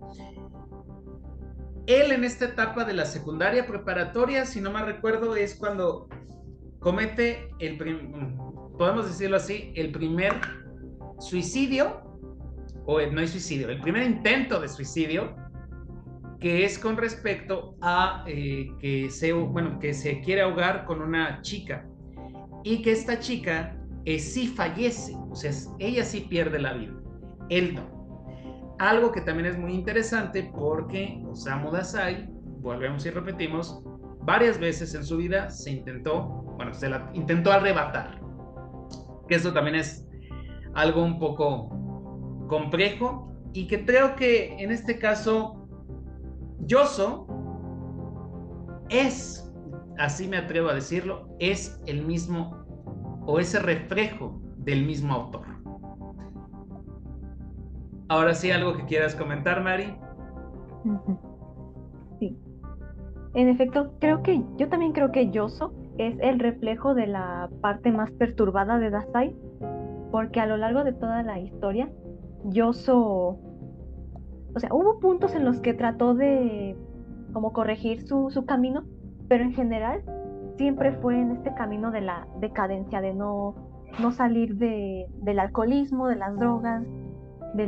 Él en esta etapa de la secundaria preparatoria, si no me recuerdo, es cuando comete podemos decirlo así, el primer suicidio, o no hay suicidio, el primer intento de suicidio, que es con respecto a que se quiere ahogar con una chica y que esta chica sí fallece, o sea, ella sí pierde la vida, él no. Algo que también es muy interesante porque Osamu Dazai, volvemos y repetimos, varias veces en su vida se la intentó arrebatar. Que esto también es algo un poco complejo y que creo que en este caso Yoso es, así me atrevo a decirlo, es el mismo o ese reflejo del mismo autor. Ahora sí, algo que quieras comentar, Mari. Sí, en efecto, yo también creo que Yoso es el reflejo de la parte más perturbada de Dazai, porque a lo largo de toda la historia, Yoso, o sea, hubo puntos en los que trató de como corregir su camino, pero en general siempre fue en este camino de la decadencia, de no salir del alcoholismo, de las drogas, de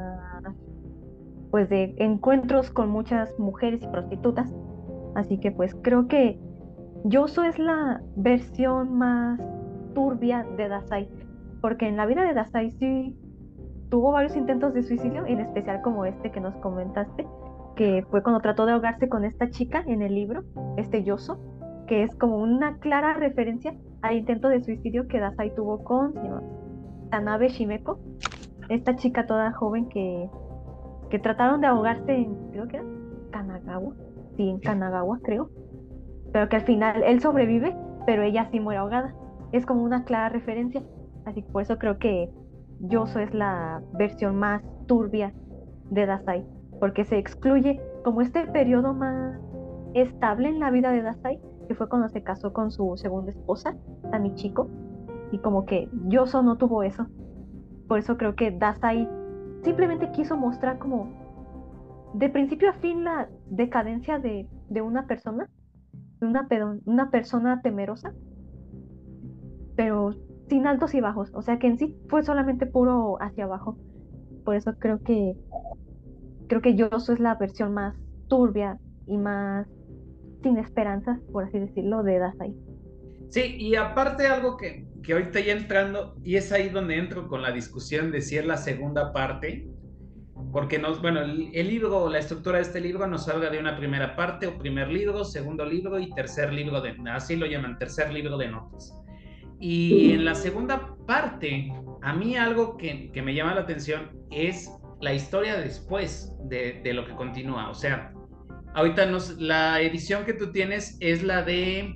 pues de encuentros con muchas mujeres y prostitutas. Así que pues creo que Yoso es la versión más turbia de Dazai, porque en la vida de Dazai sí tuvo varios intentos de suicidio, en especial como este que nos comentaste, que fue cuando trató de ahogarse con esta chica en el libro, este Yoso, que es como una clara referencia al intento de suicidio que Dazai tuvo con se llama Tanabe Shimeko, esta chica toda joven que trataron de ahogarse en, creo que era Kanagawa, sí, en Kanagawa creo, pero que al final él sobrevive, pero ella sí muere ahogada. Es como una clara referencia, así que por eso creo que Yoso es la versión más turbia de Dazai, porque se excluye como este periodo más estable en la vida de Dazai, que fue cuando se casó con su segunda esposa, Tamichiko, y como que Yoso no tuvo eso. Por eso creo que Dazai simplemente quiso mostrar como de principio a fin la decadencia de una persona, de una persona temerosa, pero sin altos y bajos, o sea que en sí fue solamente puro hacia abajo. Por eso creo que Yoso es la versión más turbia y más sin esperanzas, por así decirlo, de Dazai. Sí, y aparte algo que ahorita ya entrando, y es ahí donde entro con la discusión de si es la segunda parte, porque bueno, el libro, la estructura de este libro nos salga de una primera parte o primer libro, segundo libro y tercer libro así lo llaman, tercer libro de notas. Y en la segunda parte, a mí algo que me llama la atención es la historia después de lo que continúa. O sea, ahorita la edición que tú tienes es la de...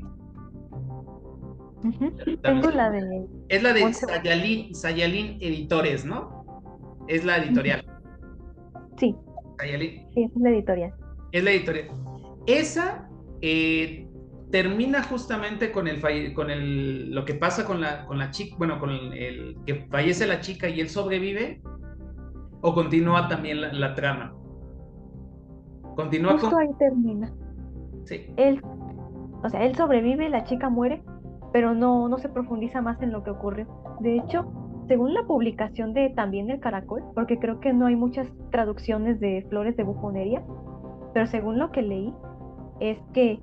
Tengo la de Es la de Monse. Sayalin Editores, ¿no? Es la editorial. Sí, Sayalin. sí, esa es la editorial. Es la editorial. Esa termina justamente lo que pasa con la chica, bueno, con el que fallece la chica y él sobrevive, o continúa también la trama. Continúa con... Justo ahí termina. Sí. Él, o sea, él sobrevive, la chica muere, pero no se profundiza más en lo que ocurrió. De hecho, según la publicación de también El Caracol, porque creo que no hay muchas traducciones de Flores de Bufonería, pero según lo que leí, es que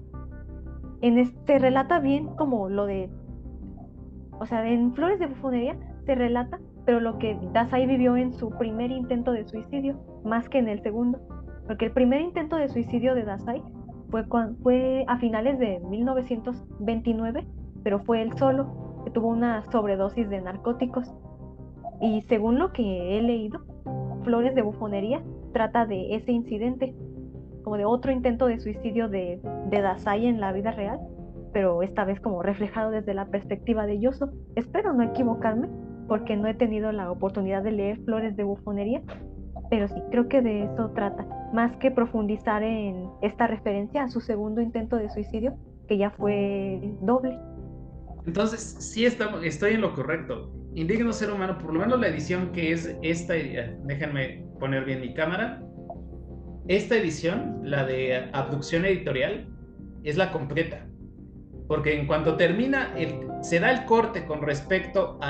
se relata bien como lo de, o sea, en Flores de Bufonería se relata, pero lo que Dazai vivió en su primer intento de suicidio, más que en el segundo, porque el primer intento de suicidio de Dazai fue a finales de 1929, pero fue él solo, que tuvo una sobredosis de narcóticos. Y según lo que he leído, Flores de Bufonería trata de ese incidente, como de otro intento de suicidio de Dazai en la vida real, pero esta vez como reflejado desde la perspectiva de Yoso. Espero no equivocarme, porque no he tenido la oportunidad de leer Flores de Bufonería, pero sí, creo que de eso trata, más que profundizar en esta referencia a su segundo intento de suicidio, que ya fue doble. Entonces, sí estoy en lo correcto. Indigno Ser Humano, por lo menos la edición que es esta, déjenme poner bien mi cámara. Esta edición, la de Abducción Editorial, es la completa. Porque en cuanto termina, se da el corte con respecto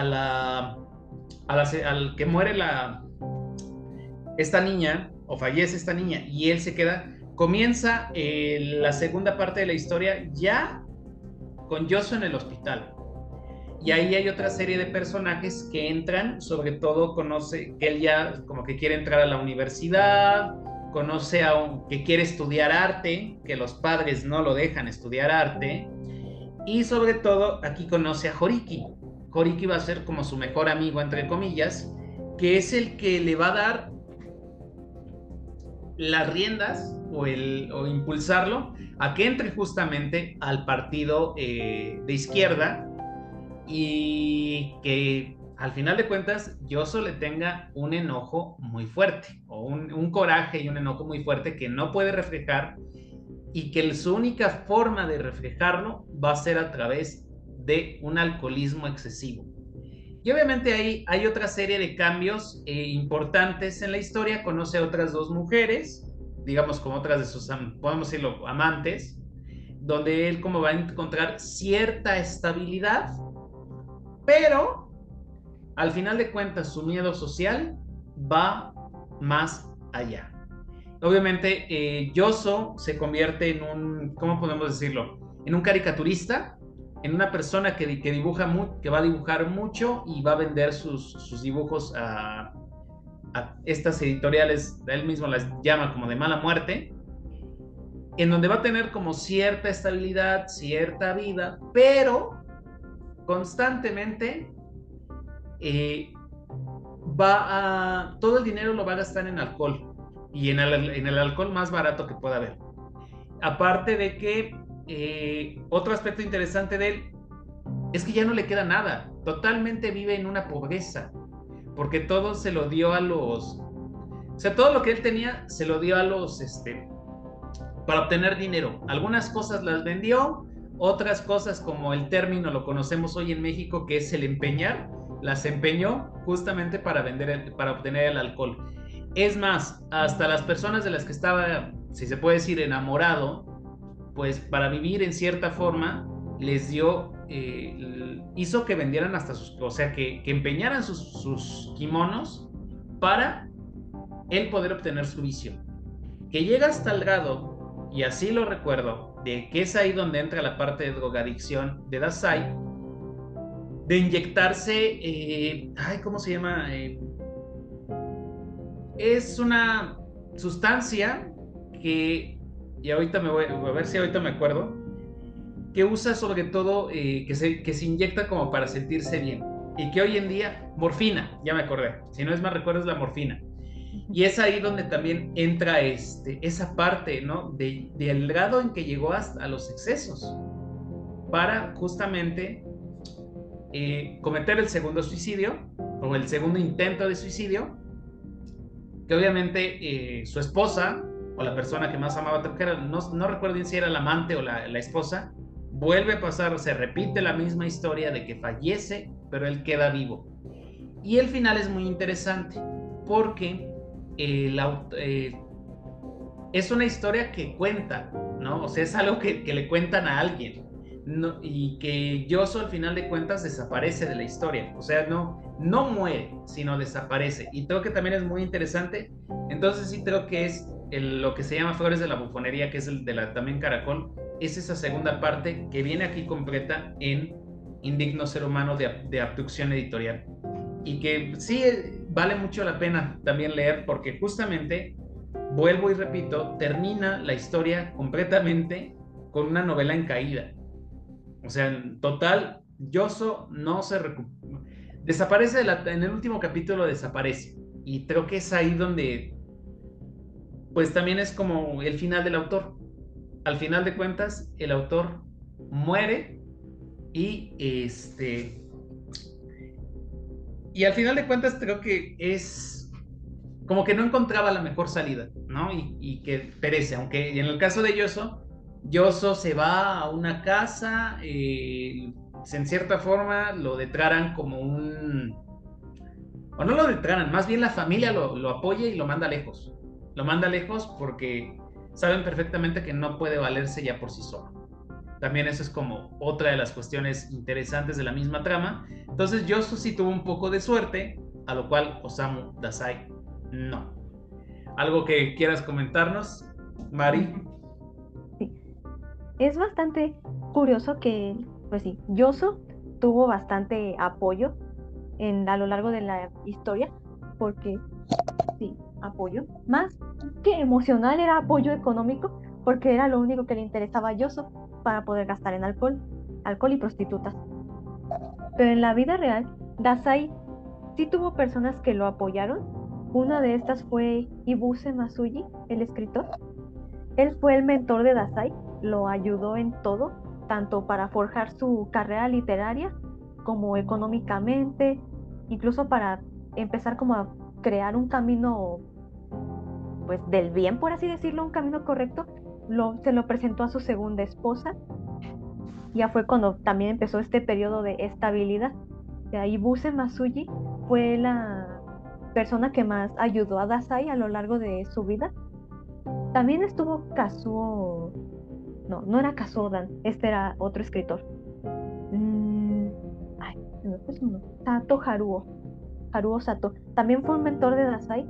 al que muere esta niña, o fallece esta niña, y él se queda, comienza la segunda parte de la historia ya con Yoso en el hospital. Y ahí hay otra serie de personajes que entran, sobre todo conoce que él ya como que quiere entrar a la universidad, conoce a que quiere estudiar arte, que los padres no lo dejan estudiar arte, y sobre todo aquí conoce a Horiki. Horiki va a ser como su mejor amigo, entre comillas, que es el que le va a dar las riendas o impulsarlo a que entre justamente al partido de izquierda, y que al final de cuentas Yoso le tenga un enojo muy fuerte, o un coraje y un enojo muy fuerte que no puede reflejar, y que su única forma de reflejarlo va a ser a través de un alcoholismo excesivo. Y obviamente ahí hay otra serie de cambios importantes en la historia. Conoce a otras dos mujeres, digamos como otras de sus, podemos decirlo, amantes, donde él como va a encontrar cierta estabilidad, pero al final de cuentas su miedo social va más allá. Obviamente Yoso se convierte en un, ¿cómo podemos decirlo? En un caricaturista, en una persona que dibuja que va a dibujar mucho y va a vender sus dibujos a estas editoriales, él mismo las llama como de mala muerte, en donde va a tener como cierta estabilidad, cierta vida, pero constantemente todo el dinero lo va a gastar en alcohol, y en el alcohol más barato que pueda haber. Aparte de que otro aspecto interesante de él es que ya no le queda nada, totalmente vive en una pobreza, porque todo se lo dio a los, o sea, todo lo que él tenía se lo dio a los, para obtener dinero. Algunas cosas las vendió, otras cosas, como el término lo conocemos hoy en México, que es el empeñar, las empeñó justamente para para obtener el alcohol. Es más, hasta las personas de las que estaba, si se puede decir, enamorado, pues para vivir en cierta forma, les dio, hizo que vendieran hasta o sea, que empeñaran sus kimonos para él poder obtener su vicio. Que llega hasta el grado, y así lo recuerdo, de que es ahí donde entra la parte de drogadicción de Dazai, de inyectarse, ¿cómo se llama? Es una sustancia que, y ahorita me voy a ver si ahorita me acuerdo, que usa sobre todo, que se inyecta como para sentirse bien, y que hoy en día, morfina, ya me acordé, si no es más recuerdo es la morfina. Y es ahí donde también entra esa parte, ¿no? Del grado en que llegó hasta los excesos para justamente cometer el segundo suicidio, o el segundo intento de suicidio, que obviamente su esposa, o la persona que más amaba, no recuerdo bien si era la amante o la esposa, vuelve a pasar, se repite la misma historia de que fallece, pero él queda vivo. Y el final es muy interesante, porque es una historia que cuenta, ¿no? O sea, es algo que le cuentan a alguien, ¿no? Y que Yoso al final de cuentas desaparece de la historia, o sea, no muere, sino desaparece. Y creo que también es muy interesante. Entonces sí creo que es lo que se llama Flores de la Bufonería, que es el de la también Caracol, es esa segunda parte que viene aquí completa en Indigno Ser Humano de Abducción Editorial. Y que sí vale mucho la pena también leer, porque justamente, vuelvo y repito, termina la historia completamente con una novela en caída. O sea, en total, Yoso no se recupera. Desaparece en el último capítulo, desaparece. Y creo que es ahí donde, pues también es como el final del autor. Al final de cuentas, el autor muere y y al final de cuentas creo que es como que no encontraba la mejor salida, ¿no? Y que perece, aunque en el caso de Yoso, Yoso se va a una casa, en cierta forma lo declaran como o no lo declaran, más bien la familia lo apoya y lo manda lejos. Lo manda lejos porque saben perfectamente que no puede valerse ya por sí solo. También eso es como otra de las cuestiones interesantes de la misma trama. Entonces Yosu sí tuvo un poco de suerte, a lo cual Osamu Dazai no. ¿Algo que quieras comentarnos, Mari? Sí. Es bastante curioso que, pues sí, Yoso tuvo bastante apoyo a lo largo de la historia, porque sí, apoyo, más que emocional era apoyo económico, porque era lo único que le interesaba a Yoso para poder gastar en alcohol y prostitutas. Pero en la vida real, Dasai sí tuvo personas que lo apoyaron. Una de estas fue Ibuse Masuji, el escritor. Él fue el mentor de Dasai, lo ayudó en todo, tanto para forjar su carrera literaria como económicamente, incluso para empezar como a crear un camino, pues del bien, por así decirlo, un camino correcto. Se lo presentó a su segunda esposa. Ya fue cuando también empezó este periodo de estabilidad. De ahí Ibuse Masuji fue la persona que más ayudó a Dasai a lo largo de su vida. También estuvo Kazuo, no, no era Kazuo Dan, este era otro escritor. Mm, ay, se me fue su nombre. Sato Haruo Sato. También fue un mentor de Dasai,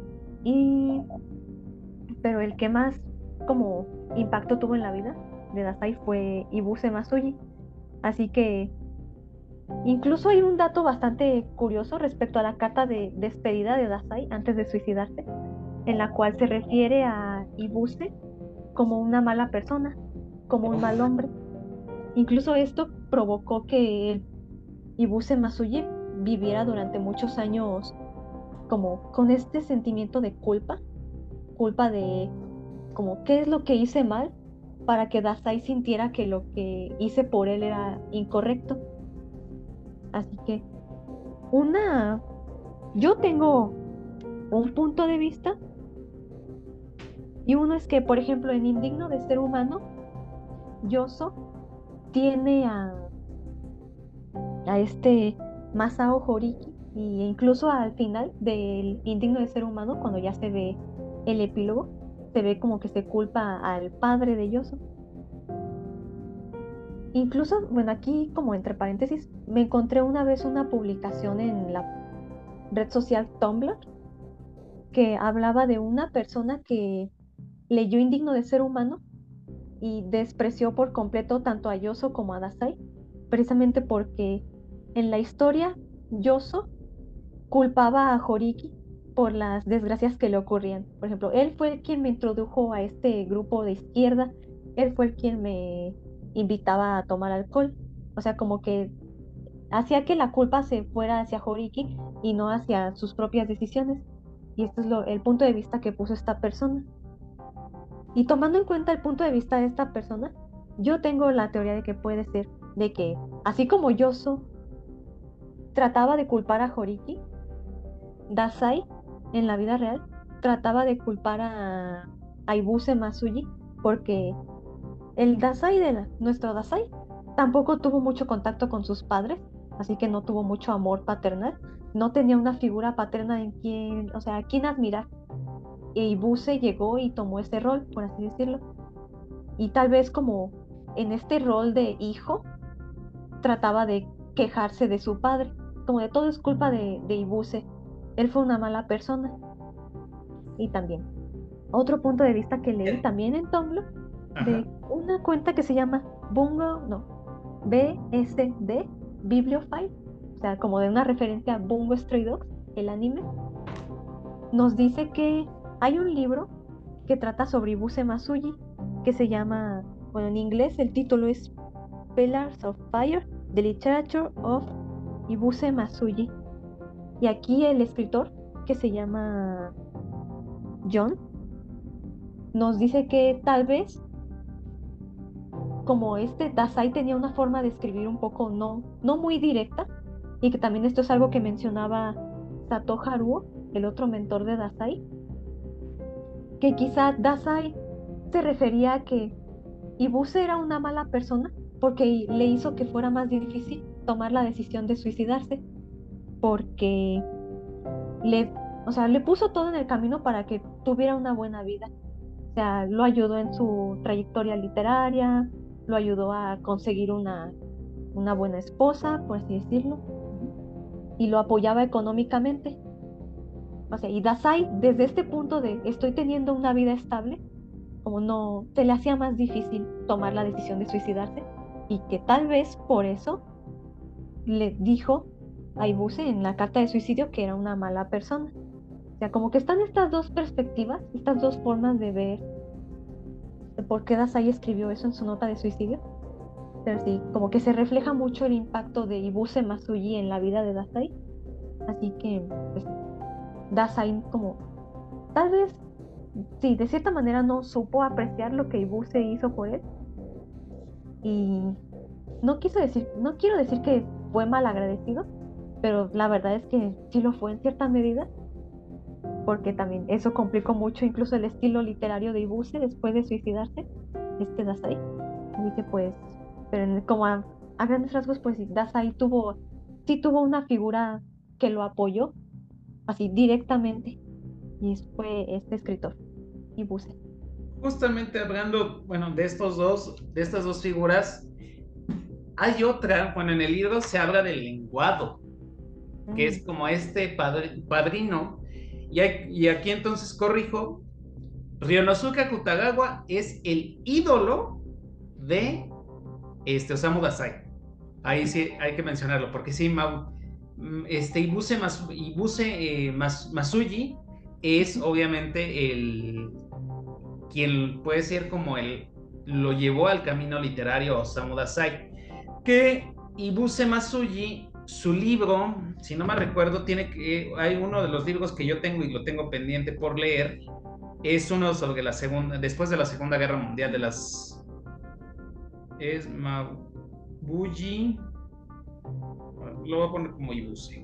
y, pero el que más como impacto tuvo en la vida de Dasai fue Ibuse Masuji. Así que incluso hay un dato bastante curioso respecto a la carta de despedida de Dasai antes de suicidarse, en la cual se refiere a Ibuse como una mala persona, como un mal hombre. Incluso esto provocó que Ibuse Masuji viviera durante muchos años como con este sentimiento de culpa de como qué es lo que hice mal para que Dasai sintiera que lo que hice por él era incorrecto. Así que una, yo tengo un punto de vista, y uno es que, por ejemplo, en Indigno de Ser Humano, Yoso tiene a este Masao Horiki, y incluso al final del Indigno de Ser Humano, cuando ya se ve el epílogo, se ve como que se culpa al padre de Yoso. Incluso, bueno, aquí como entre paréntesis, me encontré una vez una publicación en la red social Tumblr que hablaba de una persona que leyó Indigno de Ser Humano y despreció por completo tanto a Yoso como a Dasai, precisamente porque en la historia Yoso culpaba a Horiki por las desgracias que le ocurrían. Por ejemplo, él fue el quien me introdujo a este grupo de izquierda, él fue el quien me invitaba a tomar alcohol. O sea, como que hacía que la culpa se fuera hacia Horiki y no hacia sus propias decisiones. Y esto es el punto de vista que puso esta persona. Y tomando en cuenta el punto de vista de esta persona, yo tengo la teoría de que puede ser de que, así como Yoso trataba de culpar a Horiki, Dasai, en la vida real, trataba de culpar a Ibuse Masuji, porque el Dasai nuestro Dasai tampoco tuvo mucho contacto con sus padres, así que no tuvo mucho amor paternal, no tenía una figura paterna en quien, o sea, a quien admirar. E Ibuse llegó y tomó ese rol, por así decirlo. Y tal vez como en este rol de hijo, trataba de quejarse de su padre, como de todo es culpa de Ibuse. Él fue una mala persona. Y también, otro punto de vista que leí también en Tumblr, Ajá. de una cuenta que se llama Bungo, no, BSD, Bibliophile, o sea, como de una referencia a Bungo Stray Dogs, el anime, nos dice que hay un libro que trata sobre Ibuse Masuji, que se llama, bueno, en inglés el título es Pillars of Fire, The Literature of Ibuse Masuji. Y aquí el escritor, que se llama John, nos dice que tal vez como Dazai tenía una forma de escribir un poco no muy directa, y que también esto es algo que mencionaba Sato Haruo, el otro mentor de Dazai, que quizá Dazai se refería a que Ibuse era una mala persona porque le hizo que fuera más difícil tomar la decisión de suicidarse, porque le puso todo en el camino para que tuviera una buena vida. O sea, lo ayudó en su trayectoria literaria, lo ayudó a conseguir una buena esposa, por así decirlo, y lo apoyaba económicamente. O sea, y Dazai, desde este punto de estoy teniendo una vida estable, como no, se le hacía más difícil tomar la decisión de suicidarse, y que tal vez por eso le dijo a Ibuse en la carta de suicidio que era una mala persona. O sea, como que están estas dos perspectivas, estas dos formas de ver de por qué Dazai escribió eso en su nota de suicidio. Pero sí, como que se refleja mucho el impacto de Ibuse Masuji en la vida de Dazai. Así que, pues, Dazai como, tal vez, sí, de cierta manera no supo apreciar lo que Ibuse hizo por él. Y no quiero decir que fue mal agradecido, pero la verdad es que sí lo fue en cierta medida, porque también eso complicó mucho incluso el estilo literario de Ibuse después de suicidarse, Dazai. Así que pues, pero como a grandes rasgos, pues sí, Dazai sí tuvo una figura que lo apoyó, así directamente, y fue este escritor, Ibuse. Justamente hablando, bueno, de estas dos figuras, hay otra, bueno, en el libro se habla del lenguado, que es como este padrino, y aquí entonces corrijo, Ryonosuke Kutagawa es el ídolo de Osamu Dazai. Ahí sí hay que mencionarlo, porque sí, Masuji es obviamente quien puede ser como lo llevó al camino literario a Osamu Dazai. Que Ibuse Masuji, su libro, si no me recuerdo, hay uno de los libros que yo tengo y lo tengo pendiente por leer, es uno sobre después de la Segunda Guerra Mundial, es Mabuji, lo voy a poner como Ibuse,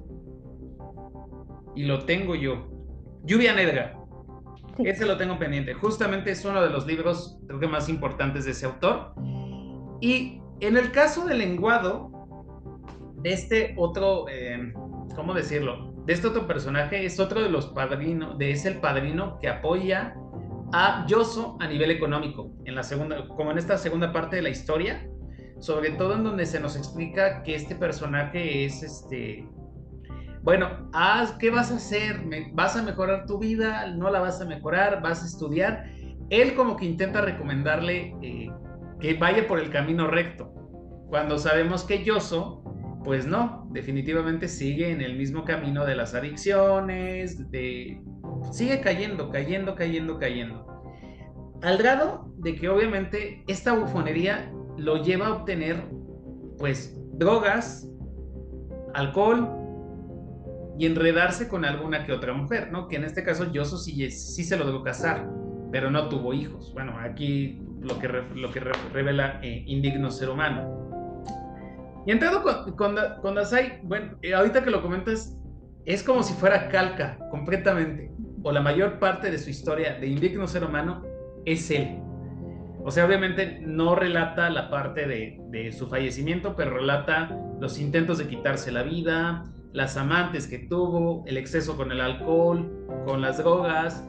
y lo tengo yo, Lluvia Negra, Sí. ese lo tengo pendiente, justamente es uno de los libros, creo que más importantes de ese autor. Y en el caso del lenguado, de este otro, ¿cómo decirlo? De este otro personaje, es otro de los padrinos, es el padrino que apoya a Yoso a nivel económico, como en esta segunda parte de la historia, sobre todo en donde se nos explica que este personaje es bueno, ¿qué vas a hacer? ¿Vas a mejorar tu vida? ¿No la vas a mejorar? ¿Vas a estudiar? Él como que intenta recomendarle que vaya por el camino recto, cuando sabemos que Yoso, pues no, definitivamente sigue en el mismo camino de las adicciones, sigue cayendo, cayendo, cayendo, cayendo. Al grado de que obviamente esta bufonería lo lleva a obtener, pues, drogas, alcohol, y enredarse con alguna que otra mujer, ¿no? Que en este caso Yoso sí se logró casar, pero no tuvo hijos. Bueno, aquí lo que revela Indigno Ser Humano. Y entrando con Dazai, bueno, ahorita que lo comentas, es como si fuera calca completamente, o la mayor parte de su historia de Indigno Ser Humano es él. O sea, obviamente no relata la parte de su fallecimiento, pero relata los intentos de quitarse la vida, las amantes que tuvo, el exceso con el alcohol, con las drogas,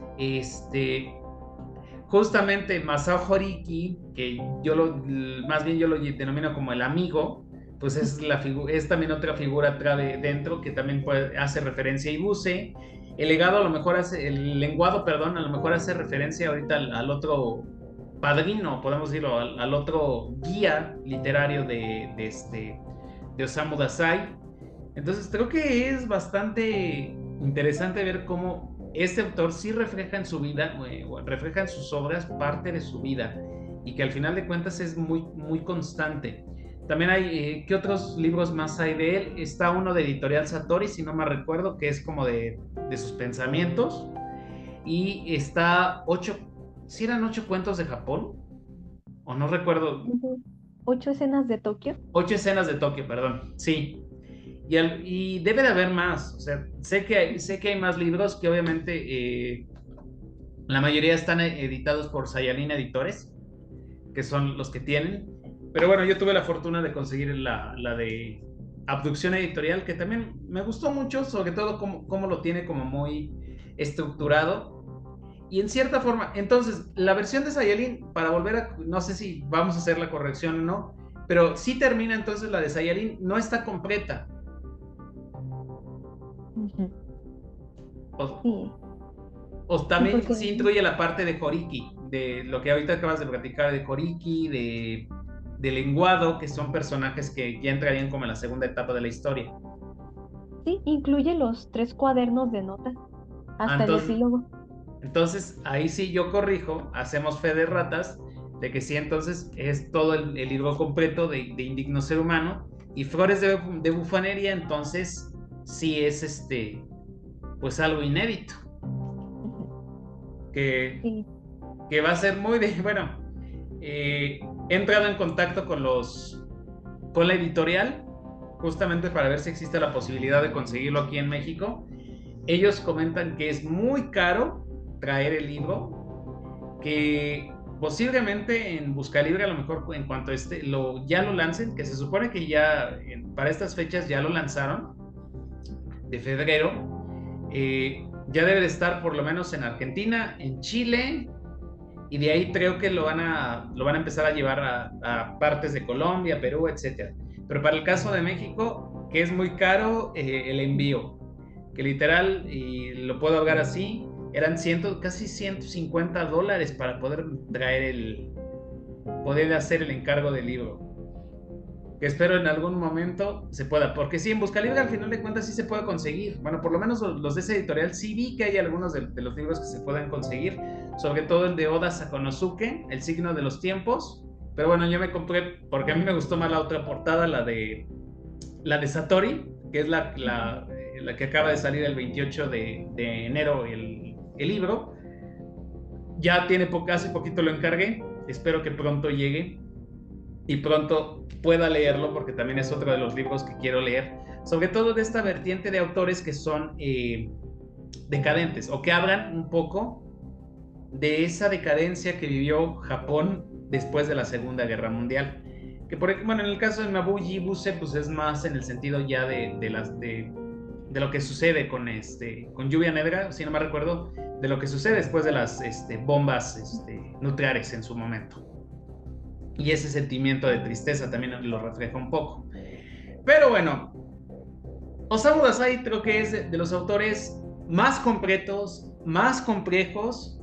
justamente Masao Horiki, que más bien yo lo denomino como el amigo, pues es también otra figura dentro que también hace referencia a Ibuse. El lenguado, perdón, a lo mejor hace referencia ahorita al otro padrino, podemos decirlo, al otro guía literario de Osamu Dazai. Entonces creo que es bastante interesante ver cómo este autor sí refleja en su vida, refleja en sus obras parte de su vida, y que al final de cuentas es muy, muy constante. También hay, ¿qué otros libros más hay de él? Está uno de Editorial Satori, si no me recuerdo, que es como de sus pensamientos. Y está si eran 8 cuentos de Japón, o no recuerdo. 8 escenas de Tokio. 8 escenas de Tokio, perdón, sí. Y debe de haber más, o sea, sé que hay más libros que obviamente la mayoría están editados por Sayalin Editores, que son los que tienen. Pero bueno, yo tuve la fortuna de conseguir la de Abducción Editorial, que también me gustó mucho, sobre todo cómo lo tiene como muy estructurado. Y en cierta forma, entonces, la versión de Sayalin, para volver a, no sé si vamos a hacer la corrección o no, pero sí termina entonces la de Sayalin, no está completa. Ujú. O, Sí, o sí, también porque sí incluye la parte de Horiki, de lo que ahorita acabas de platicar de Horiki, de Lenguado, que son personajes que ya entrarían como en la segunda etapa de la historia. sí, incluye los 3 cuadernos de notas, Ah, hasta el epílogo. entonces ahí sí yo corrijo, hacemos fe de ratas, de que sí, entonces es todo el libro completo de Indigno Ser Humano, y Flores de Bufanería, entonces sí es pues algo inédito, Ujú. que, Sí, que va a ser muy de, bueno, he entrado en contacto con la editorial, justamente para ver si existe la posibilidad de conseguirlo aquí en México. Ellos comentan que es muy caro traer el libro, que posiblemente en Buscalibre a lo mejor en cuanto ya lo lancen, que se supone que ya para estas fechas ya lo lanzaron, de febrero, ya debe de estar por lo menos en Argentina, en Chile, y de ahí creo que lo van a empezar a llevar a partes de Colombia, Perú, etcétera. Pero para el caso de México, que es muy caro el envío, que literal, y lo puedo hablar así, eran casi $150 para poder hacer el encargo del libro. Que espero en algún momento se pueda, porque sí, en Buscalibre al final de cuentas sí se puede conseguir. Bueno, por lo menos los de esa editorial sí vi que hay algunos de los libros que se pueden conseguir, sobre todo el de Oda Sakonosuke, El signo de los tiempos. Pero bueno, yo me compré, porque a mí me gustó más la otra portada, la de Satori, que es ujú. la que acaba de salir el 28 de enero el libro. Ya hace poquito lo encargué, espero que pronto llegue y pronto pueda leerlo, porque también es otro de los libros que quiero leer, sobre todo de esta vertiente de autores que son decadentes, o que hablan un poco de esa decadencia que vivió Japón después de la Segunda Guerra Mundial. Que bueno, en el caso de Mabuji Buse, pues es más en el sentido ya de lo que sucede con Lluvia Negra, si no me recuerdo, de lo que sucede después de las bombas nucleares en su momento. Y ese sentimiento de tristeza también lo refleja un poco. Pero bueno, Osamu Dazai creo que es de los autores más completos, más complejos,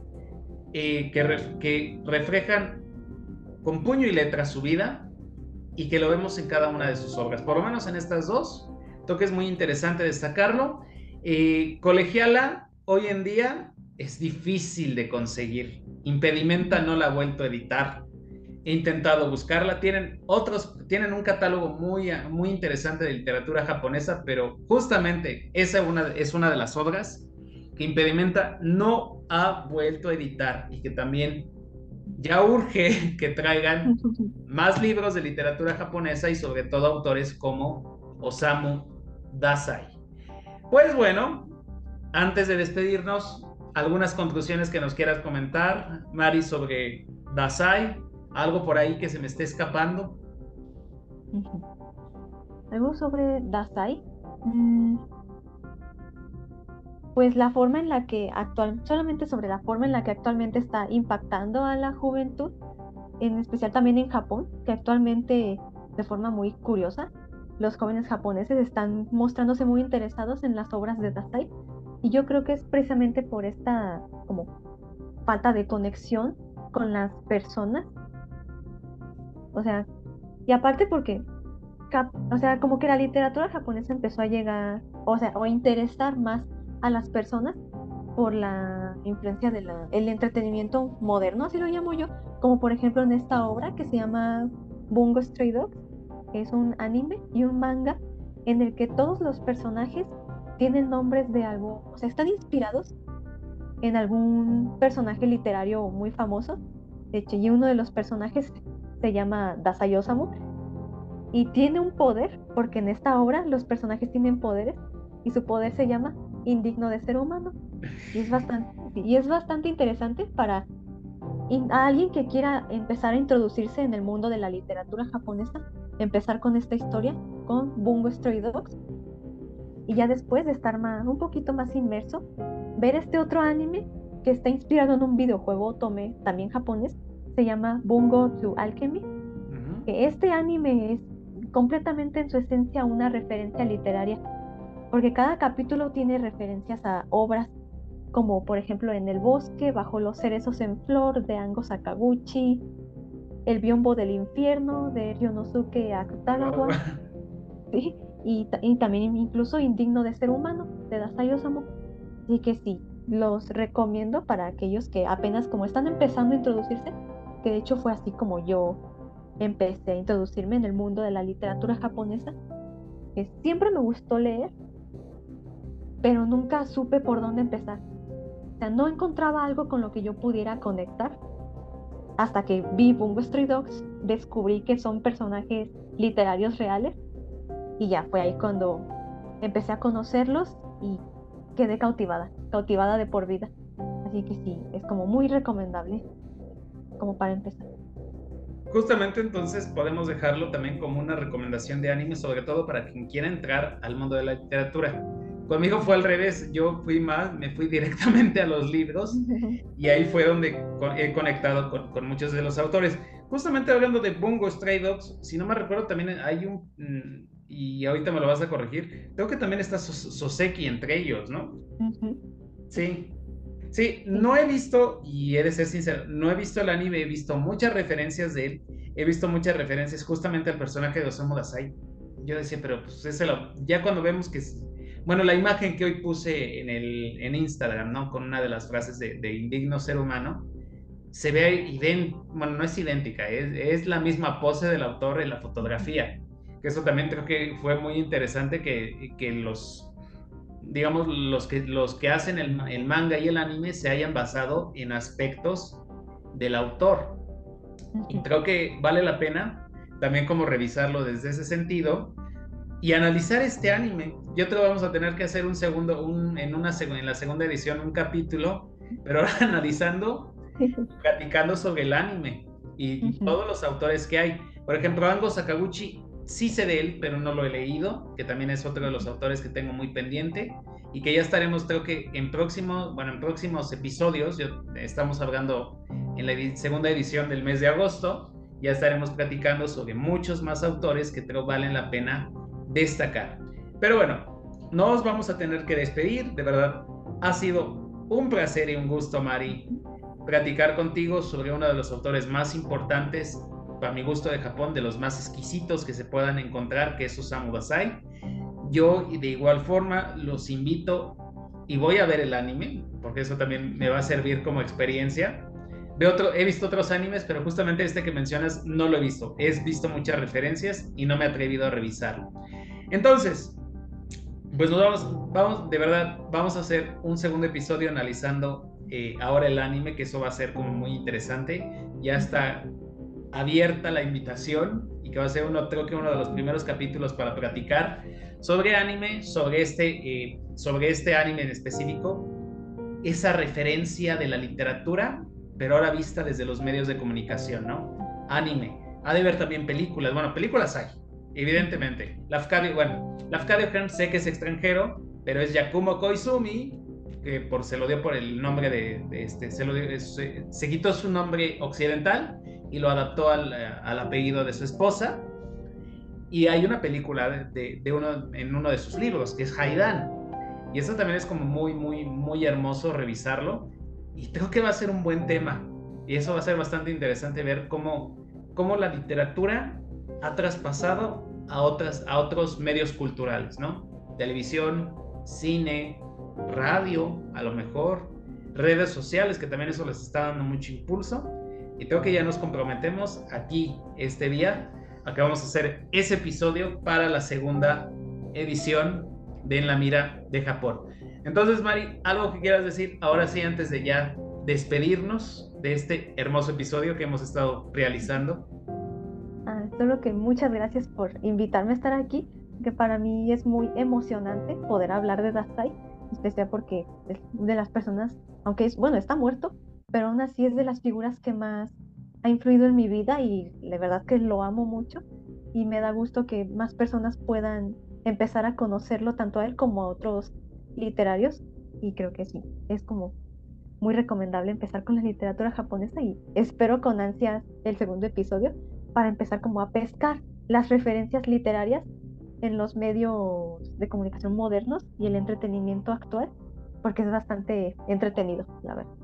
que reflejan con puño y letra su vida, y que lo vemos en cada una de sus obras, por lo menos en estas dos. Creo que es muy interesante destacarlo. Colegiala hoy en día es difícil de conseguir. Impedimenta no la ha vuelto a editar. He intentado buscarla. Tienen un catálogo muy, muy interesante de literatura japonesa, pero justamente esa es una de las obras que Impedimenta no ha vuelto a editar, y que también ya urge que traigan más libros de literatura japonesa, y sobre todo autores como Osamu Dazai. Pues bueno, antes de despedirnos, algunas conclusiones que nos quieras comentar, Mari, sobre Dazai, algo por ahí que se me esté escapando. Ujú. Algo sobre Dasai. Mm, Pues la forma en la que solamente sobre la forma en la que actualmente está impactando a la juventud, en especial también en Japón, que actualmente, de forma muy curiosa, los jóvenes japoneses están mostrándose muy interesados en las obras de Dazai. Y yo creo que es precisamente por esta como falta de conexión con las personas. O sea, y aparte porque, o sea, como que la literatura japonesa empezó a llegar, o sea, o a interesar más a las personas por la influencia el entretenimiento moderno, así lo llamo yo, como por ejemplo en esta obra que se llama Bungo Stray Dogs, que es un anime y un manga en el que todos los personajes tienen nombres de algo, o sea, están inspirados en algún personaje literario muy famoso. De hecho, y uno de los personajes se llama Dazai Osamu, y tiene un poder, porque en esta obra los personajes tienen poderes, y su poder se llama indigno de ser humano. Y es bastante interesante para a alguien que quiera empezar a introducirse en el mundo de la literatura japonesa, empezar con esta historia, con Bungo Stray Dogs, y ya después de estar un poquito más inmerso, ver este otro anime que está inspirado en un videojuego otome, también japonés, se llama Bungo to Alchemy. Que este anime es completamente en su esencia una referencia literaria, porque cada capítulo tiene referencias a obras, como por ejemplo En el bosque, Bajo los cerezos en flor, de Ango Sakaguchi, El biombo del infierno, de Ryonosuke Akutagawa, ¿sí? Y también incluso Indigno de ser humano, de Dazai Osamu. Así que sí, los recomiendo para aquellos que apenas como están empezando a introducirse, que de hecho fue así como yo empecé a introducirme en el mundo de la literatura japonesa, que siempre me gustó leer, pero nunca supe por dónde empezar. O sea, no encontraba algo con lo que yo pudiera conectar, hasta que vi Bungo Stray Dogs, descubrí que son personajes literarios reales, y ya fue ahí cuando empecé a conocerlos y quedé cautivada de por vida. Así que sí, es como muy recomendable, como para empezar. Justamente entonces podemos dejarlo también como una recomendación de anime, sobre todo para quien quiera entrar al mundo de la literatura. Conmigo fue al revés, me fui directamente a los libros y ahí fue donde he conectado con muchos de los autores. Justamente hablando de Bungo Stray Dogs, si no me recuerdo también hay y ahorita me lo vas a corregir, creo que también está Soseki entre ellos, ¿no? Sí. Sí, no he visto, y he de ser sincero, no he visto el anime, he visto muchas referencias de él, he visto muchas referencias justamente al personaje de Osamu Dazai. Yo decía, pero pues ya cuando vemos que bueno, la imagen que hoy puse en Instagram, ¿no? Con una de las frases de indigno ser humano, se ve bueno, no es idéntica, es la misma pose del autor en la fotografía, que eso también creo que fue muy interesante que digamos, los que hacen el manga y el anime se hayan basado en aspectos del autor. Y creo que vale la pena también como revisarlo desde ese sentido y analizar este anime. Yo te vamos a tener que hacer en la segunda edición un capítulo, pero ahora analizando, platicando sobre el anime y todos los autores que hay. Por ejemplo, Ango Sakaguchi, sí sé de él, pero no lo he leído, que también es otro de los autores que tengo muy pendiente y que ya estaremos, creo que en próximos episodios, estamos hablando en la segunda edición del mes de agosto, ya estaremos platicando sobre muchos más autores que creo valen la pena destacar. Pero bueno, nos vamos a tener que despedir, de verdad, ha sido un placer y un gusto, Mari, platicar contigo sobre uno de los autores más importantes para mi gusto de Japón, de los más exquisitos que se puedan encontrar, que es Osamu Dazai. Yo de igual forma los invito y voy a ver el anime, porque eso también me va a servir como experiencia. He visto otros animes, pero justamente este que mencionas no lo he visto. He visto muchas referencias y no me he atrevido a revisarlo. Entonces, pues de verdad, vamos a hacer un segundo episodio analizando ahora el anime, que eso va a ser como muy interesante. Ya está abierta la invitación y que va a ser creo que uno de los primeros capítulos para platicar sobre anime, sobre este anime en específico, esa referencia de la literatura, pero ahora vista desde los medios de comunicación, ¿no? Anime. Ha de haber también películas. Bueno, películas hay, evidentemente. Lafcadio Hearn sé que es extranjero, pero es Yakumo Koizumi, que se lo dio por el nombre se quitó su nombre occidental y lo adaptó al apellido de su esposa. Y hay una película en uno de sus libros, que es Haidan. Y eso también es como muy, muy, muy hermoso revisarlo. Y creo que va a ser un buen tema. Y eso va a ser bastante interesante ver cómo la literatura ha traspasado a otros medios culturales, ¿no? Televisión, cine, radio, a lo mejor, redes sociales, que también eso les está dando mucho impulso. Y creo que ya nos comprometemos aquí este día a que vamos a hacer ese episodio para la segunda edición de En la Mira de Japón. Entonces, Mari, ¿algo que quieras decir ahora sí antes de ya despedirnos de este hermoso episodio que hemos estado realizando? solo que muchas gracias por invitarme a estar aquí, que para mí es muy emocionante poder hablar de Dasai, especial porque es de las personas, aunque está muerto, pero aún así es de las figuras que más ha influido en mi vida y de verdad que lo amo mucho y me da gusto que más personas puedan empezar a conocerlo tanto a él como a otros literarios, y creo que sí, es como muy recomendable empezar con la literatura japonesa y espero con ansias el segundo episodio para empezar como a pescar las referencias literarias en los medios de comunicación modernos y el entretenimiento actual, porque es bastante entretenido, la verdad.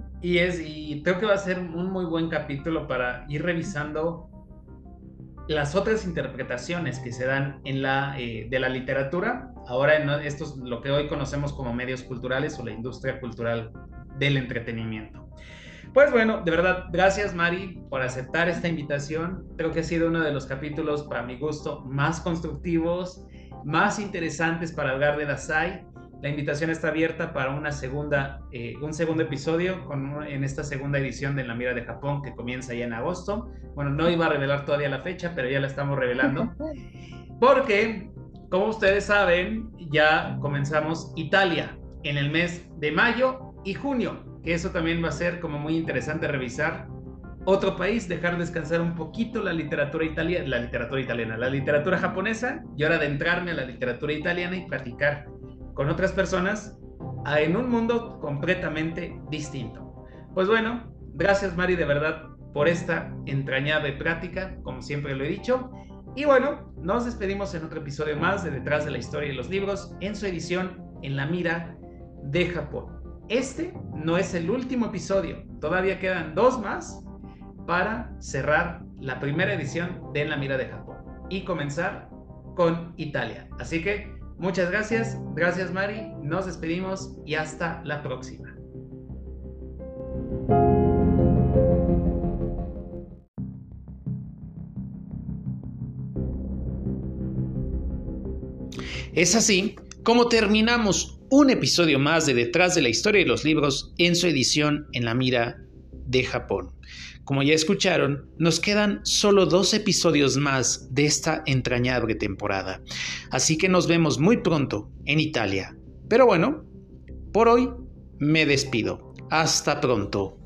Y creo que va a ser un muy buen capítulo para ir revisando las otras interpretaciones que se dan de la literatura, ahora en estos, lo que hoy conocemos como medios culturales o la industria cultural del entretenimiento. Pues bueno, de verdad, gracias Mari por aceptar esta invitación. Creo que ha sido uno de los capítulos, para mi gusto, más constructivos, más interesantes para hablar de Dasai. La invitación está abierta para un segundo episodio en esta segunda edición de La Mira de Japón que comienza ya en agosto. Bueno, no iba a revelar todavía la fecha, pero ya la estamos revelando. Porque, como ustedes saben, ya comenzamos Italia en el mes de mayo y junio, que eso también va a ser como muy interesante revisar otro país, dejar descansar un poquito la literatura italiana, la literatura japonesa, y ahora adentrarme a la literatura italiana y platicar con otras personas en un mundo completamente distinto. Pues bueno, gracias Mari de verdad por esta entrañable plática, como siempre lo he dicho. Y bueno, nos despedimos en otro episodio más de Detrás de la Historia y los Libros, en su edición En la Mira de Japón. Este no es el último episodio, todavía quedan 2 más para cerrar la primera edición de En la Mira de Japón y comenzar con Italia. Así que muchas gracias Mari, nos despedimos y hasta la próxima. Es así como terminamos un episodio más de Detrás de la Historia y los Libros en su edición En la Mira de Japón. Como ya escucharon, nos quedan solo 2 episodios más de esta entrañable temporada. Así que nos vemos muy pronto en Italia. Pero bueno, por hoy me despido. Hasta pronto.